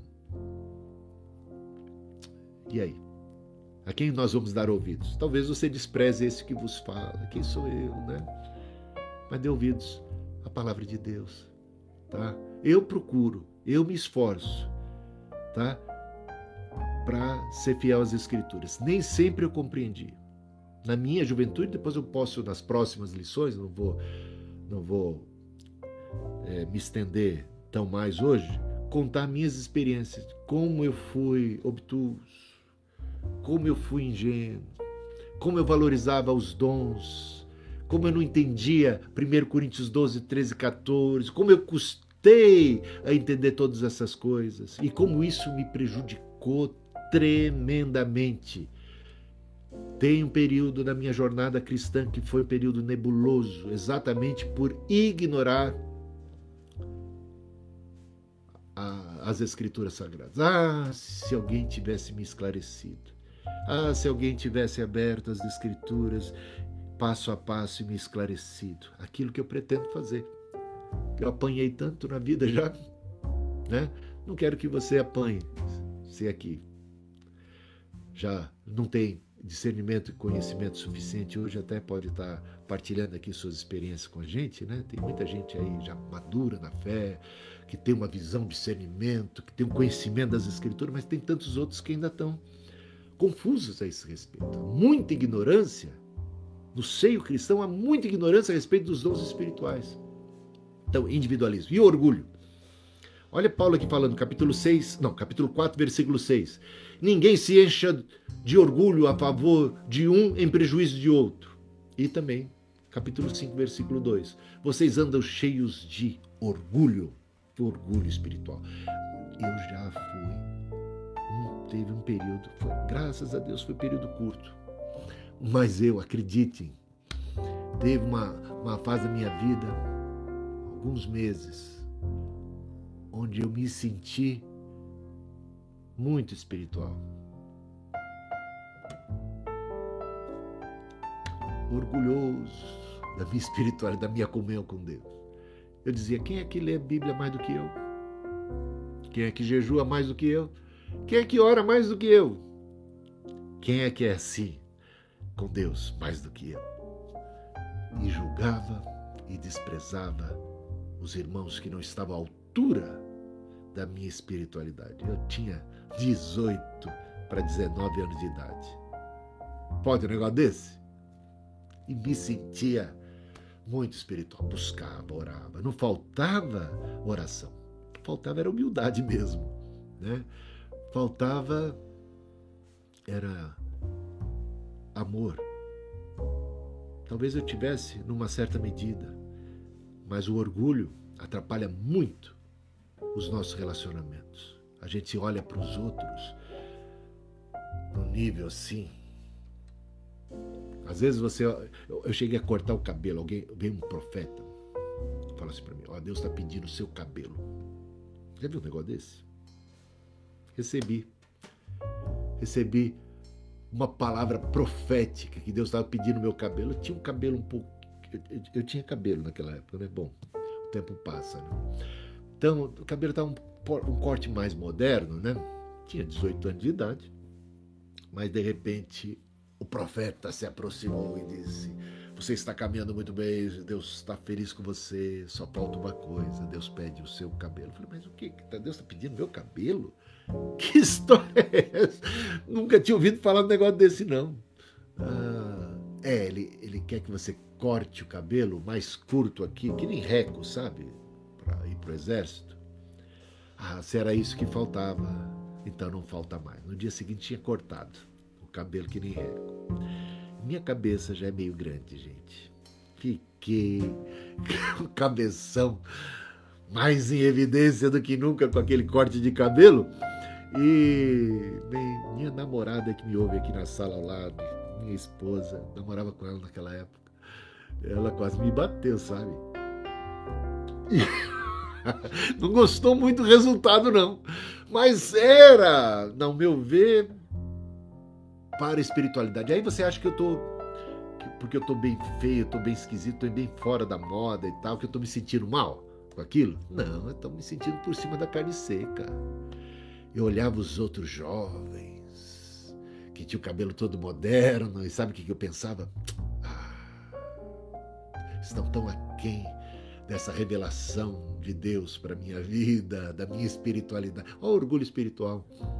S1: E aí? A quem nós vamos dar ouvidos? Talvez você despreze esse que vos fala. Quem sou eu, né? Mas dê ouvidos à palavra de Deus, tá? Eu procuro, eu me esforço, tá? Para ser fiel às Escrituras. Nem sempre eu compreendi. Na minha juventude, depois eu posso, nas próximas lições, não vou me estender tão mais hoje, contar minhas experiências, como eu fui obtuso, como eu fui ingênuo, como eu valorizava os dons, como eu não entendia 1 Coríntios 12, 13, 14, como eu custei a entender todas essas coisas e como isso me prejudicou tremendamente. Tem um período da minha jornada cristã que foi um período nebuloso, exatamente por ignorar as Escrituras Sagradas. Ah, se alguém tivesse me esclarecido. Ah, se alguém tivesse aberto as Escrituras passo a passo e me esclarecido. Aquilo que eu pretendo fazer. Eu apanhei tanto na vida já, né? Não quero que você apanhe. Se aqui já não tem discernimento e conhecimento suficiente, hoje até pode estar partilhando aqui suas experiências com a gente, né? Tem muita gente aí já madura na fé, que tem uma visão, discernimento, que tem um conhecimento das Escrituras, mas tem tantos outros que ainda estão confusos a esse respeito. Muita ignorância no seio cristão, há muita ignorância a respeito dos dons espirituais. Então, individualismo. E o orgulho? Olha Paulo aqui falando, capítulo 4, versículo 6. Ninguém se encha de orgulho a favor de um em prejuízo de outro. E também, capítulo 5, versículo 2. Vocês andam cheios de orgulho espiritual. Eu já fui, teve um período, graças a Deus foi um período curto. Mas acreditem, teve uma fase da minha vida, alguns meses, onde eu me senti muito espiritual. Orgulhoso da minha espiritualidade, da minha comunhão com Deus. Eu dizia, quem é que lê a Bíblia mais do que eu? Quem é que jejua mais do que eu? Quem é que ora mais do que eu? Quem é que é assim com Deus mais do que eu? E julgava e desprezava os irmãos que não estavam à altura da minha espiritualidade. Eu tinha 18 para 19 anos de idade. Pode um negócio desse? E me sentia muito espiritual. Buscava, orava. Não faltava oração. Faltava era humildade mesmo, né? Faltava era amor. Talvez eu tivesse numa certa medida, mas o orgulho atrapalha muito os nossos relacionamentos. A gente olha para os outros no nível assim. Às vezes eu cheguei a cortar o cabelo, veio um profeta, fala assim para mim, Deus está pedindo o seu cabelo. Já viu um negócio desse? Recebi uma palavra profética que Deus estava pedindo o meu cabelo. Eu tinha um cabelo um pouco... Eu tinha cabelo naquela época, né? Bom, o tempo passa, né? Então, o cabelo estava um corte mais moderno, né? Tinha 18 anos de idade, mas de repente o profeta se aproximou e disse: você está caminhando muito bem, Deus está feliz com você, só falta uma coisa, Deus pede o seu cabelo. Eu falei, mas o que? Deus está pedindo meu cabelo? Que história é essa? Nunca tinha ouvido falar um negócio desse, não. Ele quer que você corte o cabelo mais curto aqui, que nem reco, sabe? Para ir para o exército. Se era isso que faltava, então não falta mais. No dia seguinte tinha cortado o cabelo que nem reco. Minha cabeça já é meio grande, gente. Fiquei com o cabeção mais em evidência do que nunca com aquele corte de cabelo. E minha namorada que me ouve aqui na sala ao lado, minha esposa, namorava com ela naquela época, ela quase me bateu, sabe? Não gostou muito do resultado, não. Mas era, ao meu ver, para a espiritualidade. Aí você acha que porque eu tô bem feio, eu tô bem esquisito, tô bem fora da moda e tal, que eu tô me sentindo mal com aquilo? Não, eu tô me sentindo por cima da carne seca. Eu olhava os outros jovens, que tinham o cabelo todo moderno, e sabe o que eu pensava? Estão tão aquém dessa revelação de Deus para minha vida, da minha espiritualidade. Olha o orgulho espiritual.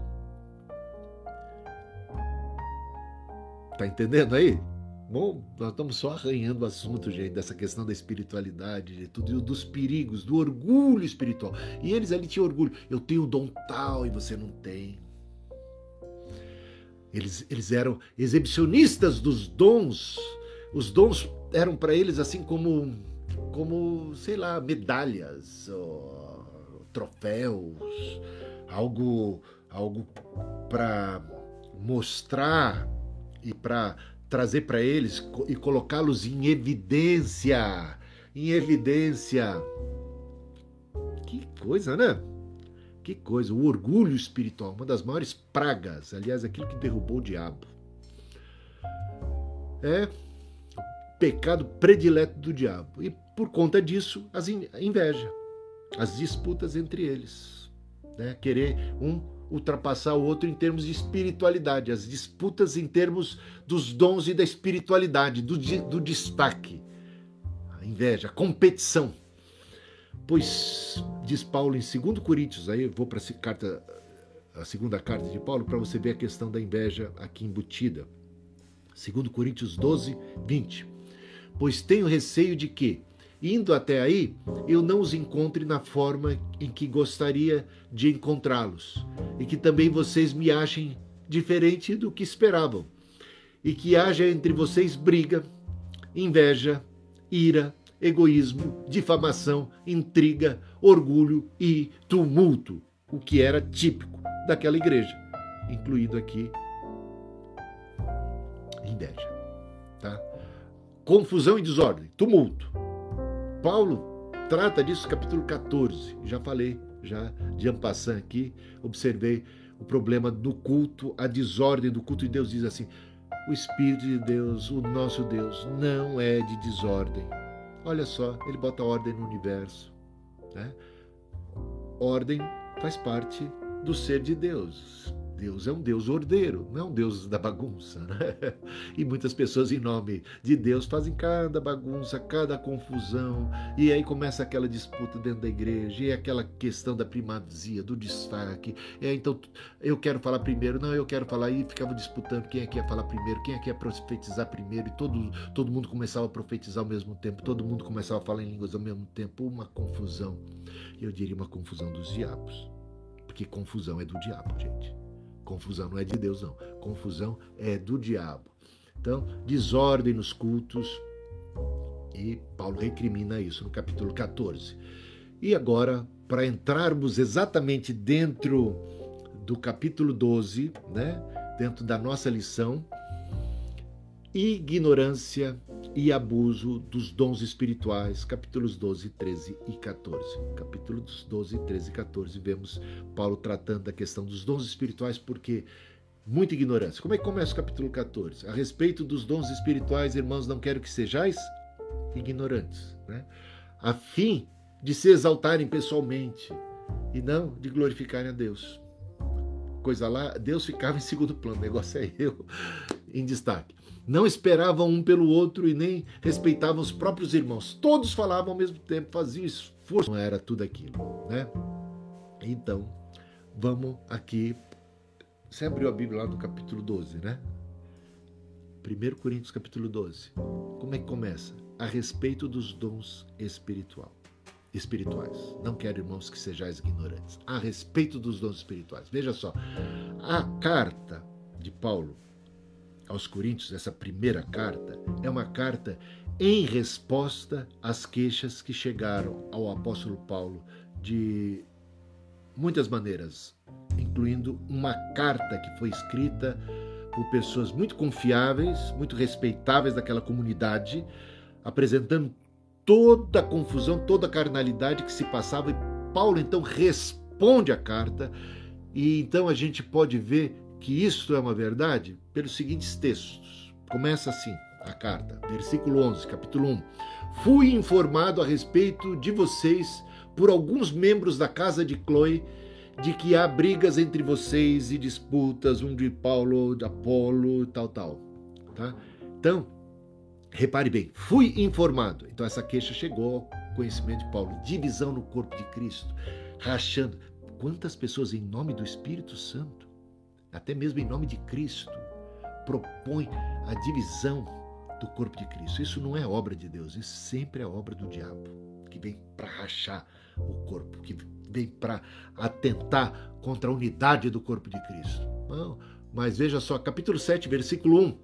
S1: Tá entendendo aí? Bom, nós estamos só arranhando o assunto, gente, dessa questão da espiritualidade, de tudo, dos perigos, do orgulho espiritual. E eles ali tinham orgulho. Eu tenho o dom tal e você não tem. Eles eram exibicionistas dos dons. Os dons eram para eles assim como, sei lá, medalhas, troféus, algo para mostrar e para trazer para eles e colocá-los em evidência. Em evidência. Que coisa, né? Que coisa. O orgulho espiritual, uma das maiores pragas. Aliás, aquilo que derrubou o diabo. É o pecado predileto do diabo. E por conta disso, a inveja. As disputas entre eles. Né? Querer ultrapassar o outro em termos de espiritualidade, as disputas em termos dos dons e da espiritualidade, do destaque, a inveja, a competição. Pois, diz Paulo em 2 Coríntios, aí eu vou para a segunda carta de Paulo, para você ver a questão da inveja aqui embutida. 2 Coríntios 12, 20. Pois tenho receio de que, indo até aí, eu não os encontre na forma em que gostaria de encontrá-los, e que também vocês me achem diferente do que esperavam, e que haja entre vocês briga, inveja, ira, egoísmo, difamação, intriga, orgulho e tumulto, o que era típico daquela igreja, incluído aqui inveja, tá? Confusão e desordem, tumulto. Paulo trata disso no capítulo 14, já falei, já de en passant aqui, observei o problema do culto, a desordem do culto, e Deus diz assim, o Espírito de Deus, o nosso Deus, não é de desordem. Olha só, ele bota ordem no universo, né? Ordem faz parte do ser de Deus. Deus é um Deus ordeiro, não é um Deus da bagunça, né? E muitas pessoas, em nome de Deus, fazem cada bagunça, cada confusão, e aí começa aquela disputa dentro da igreja, e aquela questão da primazia, do destaque. Então, eu quero falar primeiro, não, eu quero falar, e ficava disputando quem é que ia falar primeiro, quem é que ia profetizar primeiro, e todo mundo começava a profetizar ao mesmo tempo, todo mundo começava a falar em línguas ao mesmo tempo, uma confusão. Eu diria uma confusão dos diabos, porque confusão é do diabo, gente. Confusão não é de Deus, não. Confusão é do diabo. Então, desordem nos cultos. E Paulo recrimina isso no capítulo 14. E agora, para entrarmos exatamente dentro do capítulo 12, né? Dentro da nossa lição, ignorância e abuso dos dons espirituais, capítulos 12, 13 e 14. Capítulos 12, 13 e 14, vemos Paulo tratando da questão dos dons espirituais, porque muita ignorância. Como é que começa o capítulo 14? A respeito dos dons espirituais, irmãos, não quero que sejais ignorantes, né? A fim de se exaltarem pessoalmente e não de glorificarem a Deus. Coisa lá, Deus ficava em segundo plano, o negócio é eu em destaque. Não esperavam um pelo outro e nem respeitavam os próprios irmãos. Todos falavam ao mesmo tempo, faziam esforço. Não era tudo aquilo, né? Então, vamos aqui. Você abriu a Bíblia lá no capítulo 12, né? 1 Coríntios capítulo 12. Como é que começa? A respeito dos dons espirituais. Não quero, irmãos, que sejais ignorantes. A respeito dos dons espirituais. Veja só, a carta de Paulo aos Coríntios, essa primeira carta, é uma carta em resposta às queixas que chegaram ao apóstolo Paulo de muitas maneiras, incluindo uma carta que foi escrita por pessoas muito confiáveis, muito respeitáveis daquela comunidade, apresentando toda a confusão, toda a carnalidade que se passava, e Paulo então responde a carta, e então a gente pode ver que isso é uma verdade pelos seguintes textos. Começa assim a carta, versículo 11, capítulo 1. Fui informado a respeito de vocês por alguns membros da casa de Cloe, de que há brigas entre vocês e disputas, um de Paulo, de Apolo, tal. Tá? Então, repare bem, fui informado. Então essa queixa chegou ao conhecimento de Paulo. Divisão no corpo de Cristo, rachando. Quantas pessoas em nome do Espírito Santo, até mesmo em nome de Cristo, propõem a divisão do corpo de Cristo? Isso não é obra de Deus, isso sempre é obra do diabo, que vem para rachar o corpo, que vem para atentar contra a unidade do corpo de Cristo. Não, mas veja só, capítulo 7, versículo 1.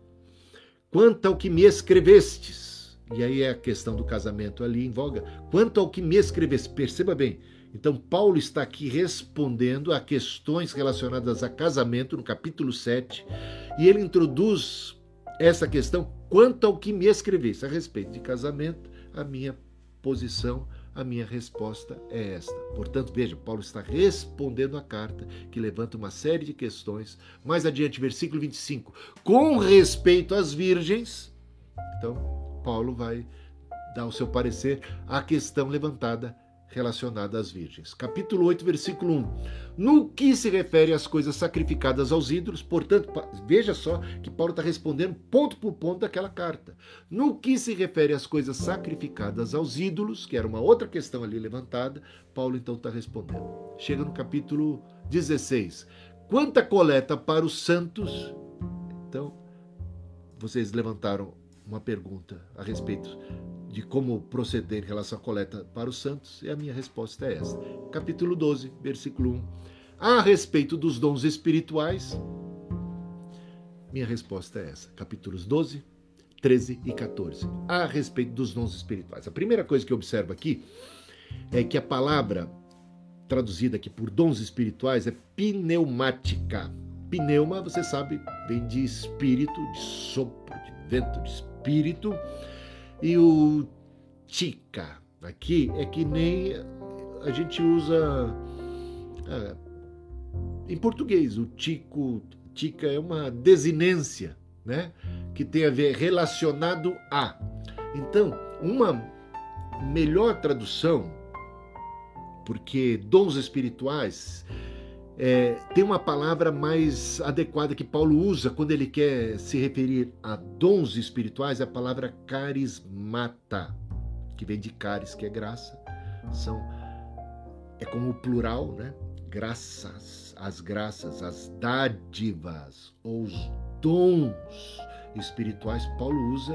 S1: Quanto ao que me escrevestes, e aí é a questão do casamento ali em voga, quanto ao que me escrevestes, perceba bem, então Paulo está aqui respondendo a questões relacionadas a casamento no capítulo 7, e ele introduz essa questão, quanto ao que me escreveste, a respeito de casamento, a minha posição, a minha resposta é esta. Portanto, veja, Paulo está respondendo a carta que levanta uma série de questões. Mais adiante, versículo 25. Com respeito às virgens, então, Paulo vai dar o seu parecer à questão levantada relacionada às virgens. Capítulo 8, versículo 1. No que se refere às coisas sacrificadas aos ídolos, portanto, veja só que Paulo está respondendo ponto por ponto daquela carta. No que se refere às coisas sacrificadas aos ídolos, que era uma outra questão ali levantada, Paulo então está respondendo. Chega no capítulo 16. Quanto à coleta para os santos, então, vocês levantaram uma pergunta a respeito de como proceder em relação à coleta para os santos, e a minha resposta é esta. Capítulo 12, versículo 1. A respeito dos dons espirituais, minha resposta é essa. Capítulos 12, 13 e 14. A respeito dos dons espirituais. A primeira coisa que eu observo aqui é que a palavra traduzida aqui por dons espirituais é pneumática. Pneuma, você sabe, vem de espírito, de sopro, de vento, de espírito. E o tica aqui é que nem a gente usa em português. O tica é uma desinência, né? Que tem a ver relacionado a. Então, uma melhor tradução, porque dons espirituais tem uma palavra mais adequada que Paulo usa quando ele quer se referir a dons espirituais, é a palavra carismata, que vem de caris, que é graça. É como o plural, né? Graças, as graças, as dádivas, ou os dons espirituais. Paulo usa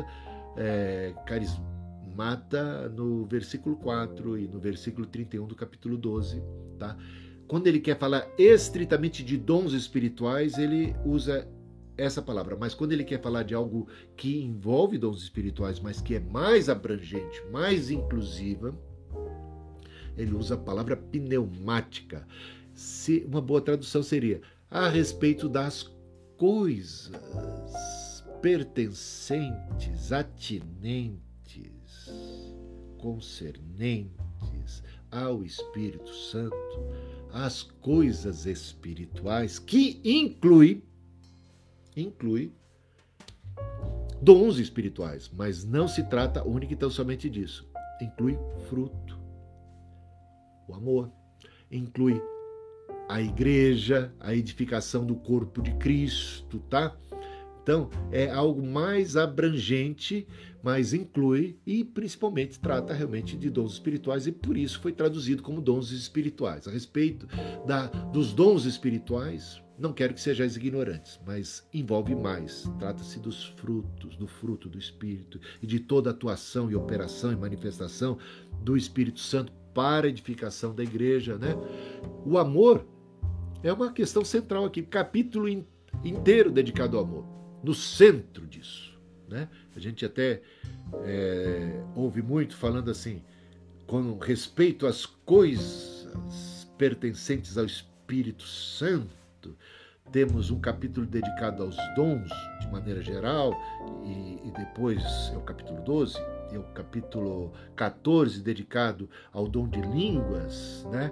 S1: carismata no versículo 4 e no versículo 31 do capítulo 12, tá? Quando ele quer falar estritamente de dons espirituais, ele usa essa palavra. Mas quando ele quer falar de algo que envolve dons espirituais, mas que é mais abrangente, mais inclusiva, ele usa a palavra pneumática. Uma boa tradução seria a respeito das coisas pertencentes, atinentes, concernentes ao Espírito Santo, as coisas espirituais, que inclui dons espirituais, mas não se trata única e tão somente disso. Inclui fruto. o amor, inclui a igreja, a edificação do corpo de Cristo, tá? Então, é algo mais abrangente, mas inclui e principalmente trata realmente de dons espirituais e por isso foi traduzido como dons espirituais. A respeito dos dons espirituais, não quero que sejais ignorantes, mas envolve mais. Trata-se dos frutos, do fruto do Espírito e de toda a atuação e operação e manifestação do Espírito Santo para a edificação da igreja, né? O amor é uma questão central aqui, capítulo inteiro dedicado ao amor. No centro disso, né? A gente até ouve muito falando assim, com respeito às coisas pertencentes ao Espírito Santo, temos um capítulo dedicado aos dons, de maneira geral, e depois é o capítulo 12, e o capítulo 14 dedicado ao dom de línguas, né?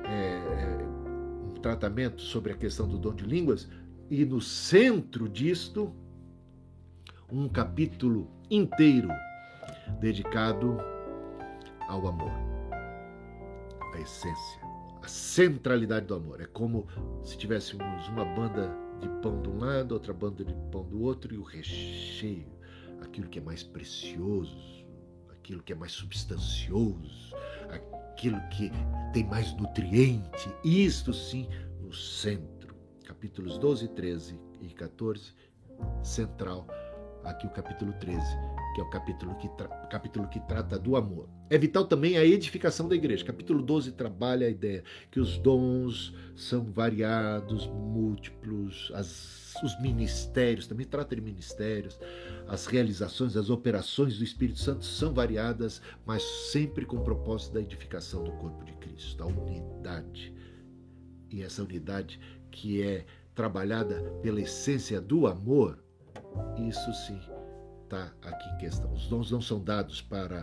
S1: Um tratamento sobre a questão do dom de línguas, e no centro disto, um capítulo inteiro dedicado ao amor, à essência, à centralidade do amor. É como se tivéssemos uma banda de pão de um lado, outra banda de pão do outro, e o recheio, aquilo que é mais precioso, aquilo que é mais substancioso, aquilo que tem mais nutriente, isto sim no centro. Capítulos 12, 13 e 14, central, aqui o capítulo 13, que é o capítulo que trata do amor. É vital também a edificação da igreja. Capítulo 12 trabalha a ideia que os dons são variados, múltiplos, os ministérios, também trata de ministérios, as realizações, as operações do Espírito Santo são variadas, mas sempre com o propósito da edificação do corpo de Cristo, a unidade. E essa unidade que é trabalhada pela essência do amor, isso sim está aqui em questão. Os dons não são dados para,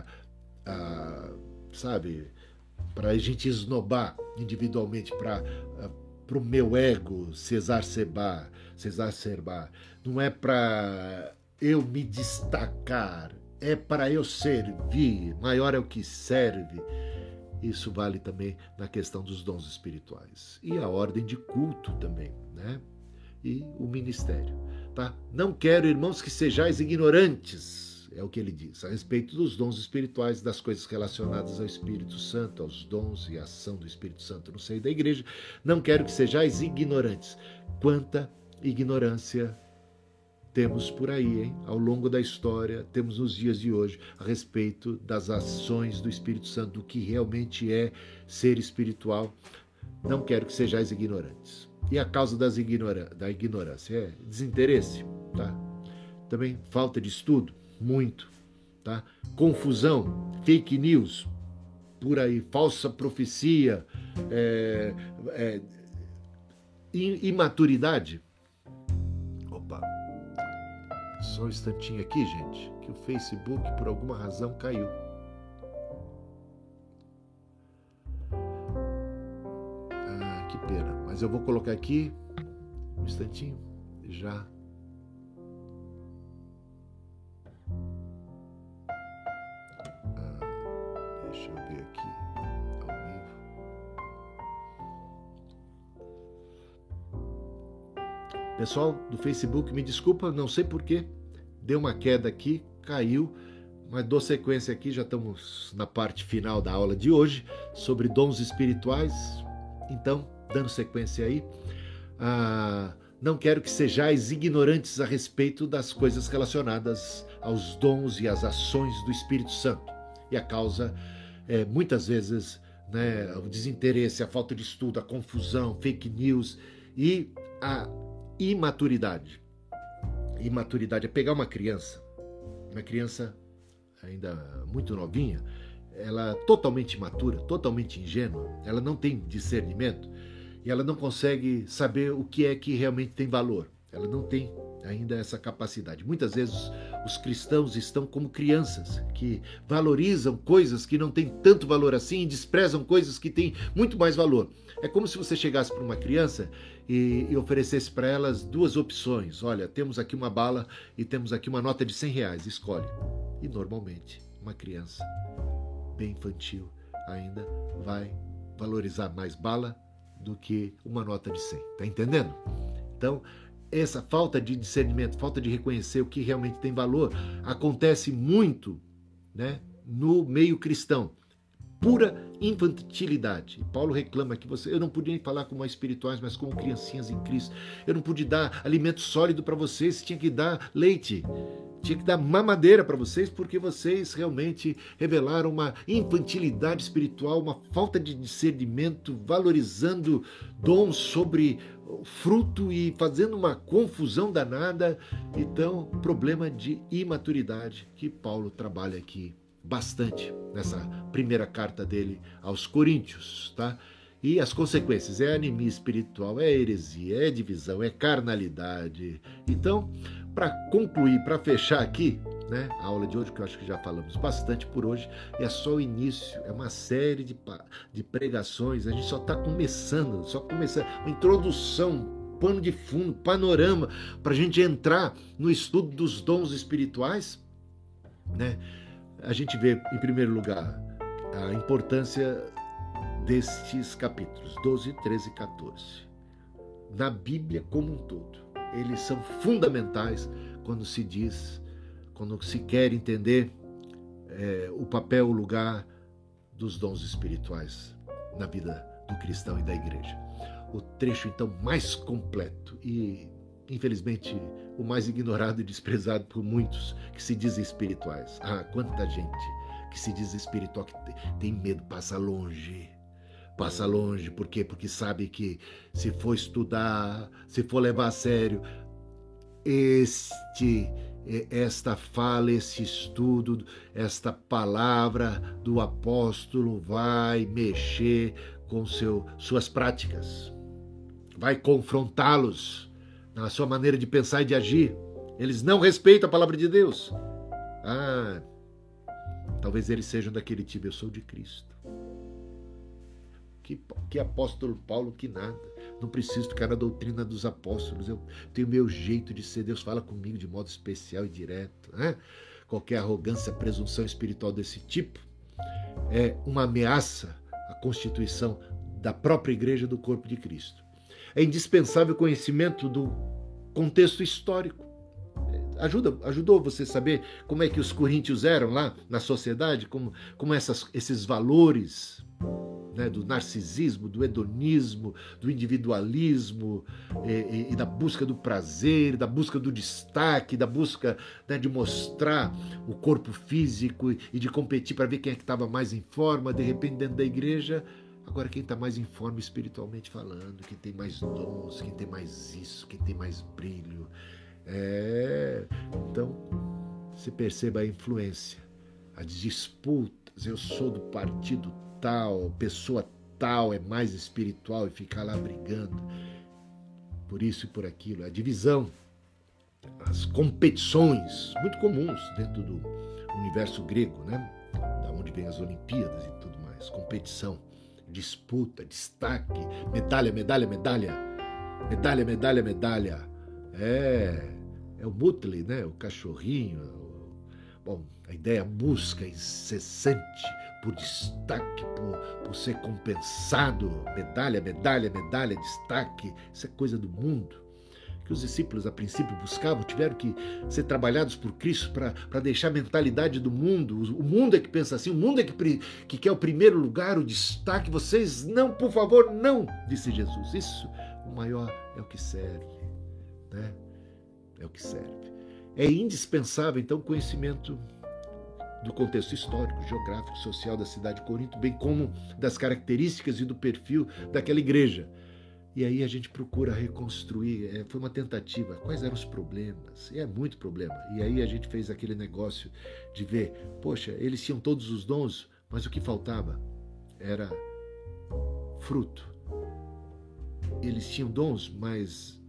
S1: para a gente esnobar individualmente, para o meu ego se exacerbar. Não é para eu me destacar, é para eu servir. Maior é o que serve. Isso vale também na questão dos dons espirituais. E a ordem de culto também, né? E o ministério, tá? Não quero, irmãos, que sejais ignorantes, é o que ele diz, a respeito dos dons espirituais, das coisas relacionadas ao Espírito Santo, aos dons e à ação do Espírito Santo no seio da igreja. Não quero que sejais ignorantes. Quanta ignorância temos por aí, hein? Ao longo da história, temos nos dias de hoje, a respeito das ações do Espírito Santo, do que realmente é ser espiritual. Não quero que sejais ignorantes. E a causa da ignorância é desinteresse, tá? Também falta de estudo, muito, tá? Confusão, fake news, por aí, falsa profecia, imaturidade. Opa! Só um instantinho aqui, gente, que o Facebook, por alguma razão, caiu. Que pena. Mas eu vou colocar aqui um instantinho, já. Deixa eu ver aqui, ao vivo. Pessoal do Facebook, me desculpa, não sei porquê, deu uma queda aqui, caiu, mas dou sequência aqui, já estamos na parte final da aula de hoje, sobre dons espirituais. Então, dando sequência aí, não quero que sejais ignorantes a respeito das coisas relacionadas aos dons e às ações do Espírito Santo. E a causa é, muitas vezes, né, o desinteresse, a falta de estudo, a confusão, fake news e a imaturidade. Imaturidade é pegar uma criança ainda muito novinha, ela totalmente imatura, totalmente ingênua, ela não tem discernimento e ela não consegue saber o que é que realmente tem valor. Ela não tem ainda essa capacidade. Muitas vezes os cristãos estão como crianças que valorizam coisas que não têm tanto valor assim e desprezam coisas que têm muito mais valor. É como se você chegasse para uma criança e oferecesse para elas duas opções. Olha, temos aqui uma bala e temos aqui uma nota de R$100, escolhe. E normalmente uma criança bem infantil ainda vai valorizar mais bala do que uma nota de 100. Tá entendendo? Então, essa falta de discernimento, falta de reconhecer o que realmente tem valor, acontece muito, né, no meio cristão. Pura infantilidade. Paulo reclama que eu não podia falar como espirituais, mas como criancinhas em Cristo. Eu não pude dar alimento sólido para vocês, tinha que dar leite. Tinha que dar mamadeira para vocês, porque vocês realmente revelaram uma infantilidade espiritual, uma falta de discernimento, valorizando dons sobre fruto e fazendo uma confusão danada. Então, problema de imaturidade que Paulo trabalha aqui bastante nessa primeira carta dele aos Coríntios, tá? E as consequências é anemia espiritual, é heresia, é divisão, é carnalidade. Então, para concluir, para fechar aqui, né, a aula de hoje, que eu acho que já falamos bastante por hoje, é só o início, é uma série de pregações, a gente só está começando, uma introdução, pano de fundo, panorama, para a gente entrar no estudo dos dons espirituais, né? A gente vê, em primeiro lugar, a importância destes capítulos 12, 13 e 14. Na Bíblia como um todo. Eles são fundamentais quando se quer entender o papel, o lugar dos dons espirituais na vida do cristão e da igreja. O trecho, então, mais completo e, infelizmente, o mais ignorado e desprezado por muitos que se dizem espirituais. Ah, quanta gente que se diz espiritual que tem medo, passa longe. Passa longe, por quê? Porque sabe que se for estudar, se for levar a sério esta fala, esse estudo, esta palavra do apóstolo vai mexer com suas práticas, vai confrontá-los na sua maneira de pensar e de agir. Eles não respeitam a palavra de Deus. Ah, talvez eles sejam daquele tipo, eu sou de Cristo. Que apóstolo Paulo, que nada. Não preciso ficar na doutrina dos apóstolos. Eu tenho meu jeito de ser. Deus fala comigo de modo especial e direto. Né? Qualquer arrogância, presunção espiritual desse tipo é uma ameaça à constituição da própria igreja do corpo de Cristo. É indispensável o conhecimento do contexto histórico. Ajudou você a saber como é que os coríntios eram lá na sociedade, como esses valores, né, do narcisismo, do hedonismo, do individualismo e da busca do prazer, da busca do destaque, da busca, né, de mostrar o corpo físico e de competir para ver quem é que estava mais em forma, de repente dentro da igreja. Agora, quem está mais em forma espiritualmente falando, quem tem mais dons, quem tem mais isso, quem tem mais brilho. Então, você perceba a influência, as disputas. Eu sou do partido tal, pessoa tal é mais espiritual e ficar lá brigando por isso e por aquilo. A divisão, as competições, muito comuns dentro do universo grego, né? Da onde vem as Olimpíadas e tudo mais. Competição, disputa, destaque, medalha, medalha, medalha, medalha, medalha, medalha. É o Mutley, né? O cachorrinho. Bom, a ideia, a busca incessante por destaque, por ser compensado. Medalha, medalha, medalha, destaque. Isso é coisa do mundo. Que os discípulos, a princípio, buscavam, tiveram que ser trabalhados por Cristo para deixar a mentalidade do mundo. O mundo é que pensa assim, o mundo é que quer o primeiro lugar, o destaque. Vocês não, por favor, não, disse Jesus. Isso, o maior é o que serve, né? É o que serve. É indispensável, então, o conhecimento do contexto histórico, geográfico, social da cidade de Corinto, bem como das características e do perfil daquela igreja. E aí a gente procura reconstruir, foi uma tentativa, quais eram os problemas? É muito problema. E aí a gente fez aquele negócio de ver, poxa, eles tinham todos os dons, mas o que faltava era fruto. Eles tinham dons, mas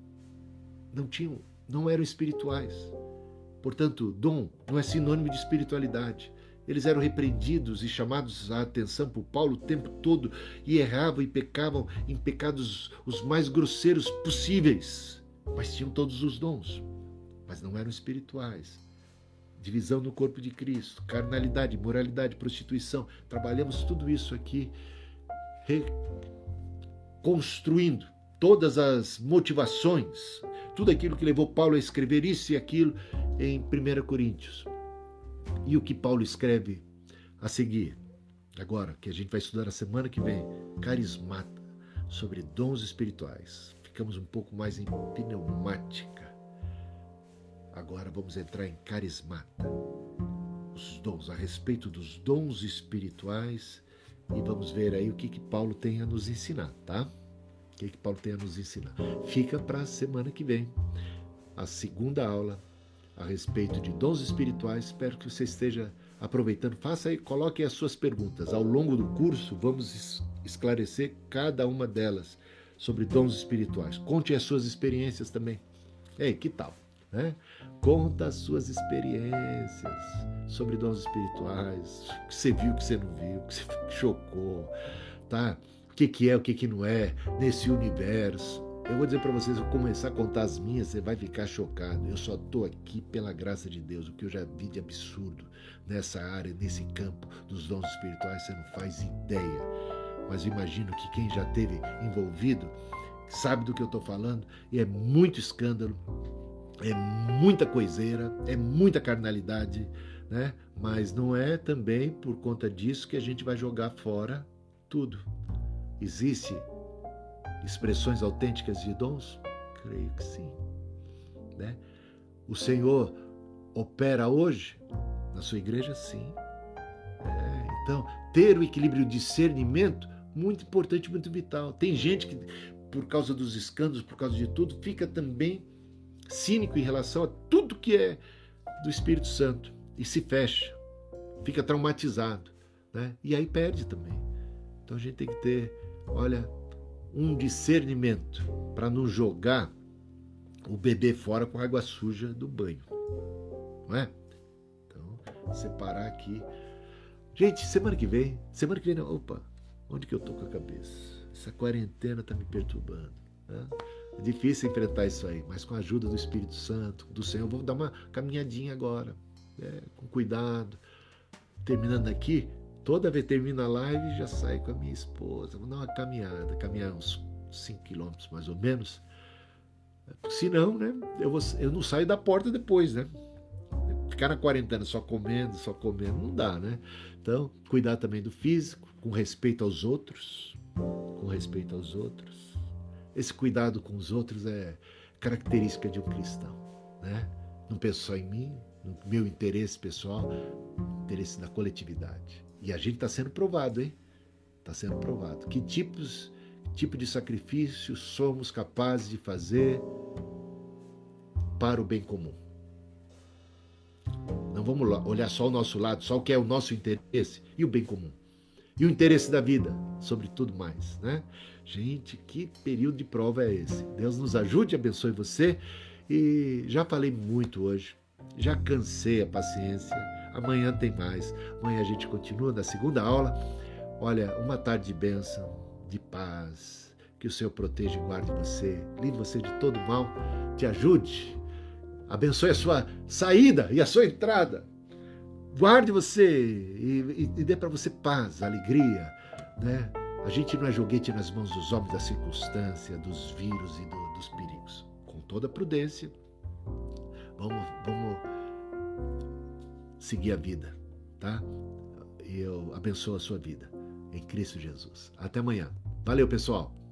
S1: não eram espirituais. Portanto, dom não é sinônimo de espiritualidade. Eles eram repreendidos e chamados a atenção por Paulo o tempo todo e erravam e pecavam em pecados os mais grosseiros possíveis. Mas tinham todos os dons, mas não eram espirituais. Divisão no corpo de Cristo, carnalidade, moralidade, prostituição. Trabalhamos tudo isso aqui reconstruindo todas as motivações, tudo aquilo que levou Paulo a escrever isso e aquilo em 1 Coríntios. E o que Paulo escreve a seguir, agora, que a gente vai estudar na semana que vem, carismata, sobre dons espirituais. Ficamos um pouco mais em pneumática. Agora vamos entrar em carismata, os dons, a respeito dos dons espirituais, e vamos ver aí o que Paulo tem a nos ensinar, tá? O que Paulo tem a nos ensinar. Fica para a semana que vem, a segunda aula a respeito de dons espirituais. Espero que você esteja aproveitando. Faça aí, coloque as suas perguntas. Ao longo do curso, vamos esclarecer cada uma delas sobre dons espirituais. Conte as suas experiências também. Ei, que tal? Né? Conta as suas experiências sobre dons espirituais, o que você viu, o que você não viu, o que você chocou, tá? O que é, o que não é nesse universo. Eu vou dizer para vocês, eu começar a contar as minhas, você vai ficar chocado. Eu só estou aqui pela graça de Deus. O que eu já vi de absurdo nessa área, nesse campo dos dons espirituais, você não faz ideia. Mas eu imagino que quem já esteve envolvido sabe do que eu estou falando, e é muito escândalo, é muita coiseira, é muita carnalidade, né? Mas não é também por conta disso que a gente vai jogar fora tudo. Existe expressões autênticas de dons? Creio que sim, né? O Senhor opera hoje na sua igreja? Sim. Então, ter o equilíbrio, o discernimento, muito importante, muito vital. Tem gente que, por causa dos escândalos, por causa de tudo, fica também cínico em relação a tudo que é do Espírito Santo e se fecha, fica traumatizado, né? E aí perde também. Então a gente tem que ter, olha, um discernimento para não jogar o bebê fora com água suja do banho, não é? Então, separar aqui. Gente, semana que vem não, opa, onde que eu tô com a cabeça? Essa quarentena tá me perturbando, né? É difícil enfrentar isso aí, mas com a ajuda do Espírito Santo, do Senhor, eu vou dar uma caminhadinha agora, com cuidado. Terminando aqui, toda vez que termina a live, já saio com a minha esposa, vou dar uma caminhada, caminhar uns 5 quilômetros mais ou menos. Senão, né, eu não saio da porta depois, né? Ficar na quarentena só comendo, não dá, né? Então, cuidar também do físico, com respeito aos outros, Esse cuidado com os outros é característica de um cristão, né? Não penso só em mim, no meu interesse pessoal, interesse da coletividade. E a gente está sendo provado, hein? Está sendo provado. Que tipo de sacrifício somos capazes de fazer para o bem comum? Não vamos olhar só o nosso lado, só o que é o nosso interesse e o bem comum. E o interesse da vida, sobre tudo mais, né? Gente, que período de prova é esse? Deus nos ajude, abençoe você. E já falei muito hoje, já cansei a paciência. Amanhã tem mais. Amanhã a gente continua na segunda aula. Olha, uma tarde de bênção, de paz. Que o Senhor proteja e guarde você, livre você de todo mal, te ajude, abençoe a sua saída e a sua entrada. Guarde você e dê para você paz, alegria, né? A gente não é joguete nas mãos dos homens, da circunstância, dos vírus e dos perigos. Com toda prudência, vamos seguir a vida, tá? E eu abençoo a sua vida, em Cristo Jesus. Até amanhã. Valeu, pessoal!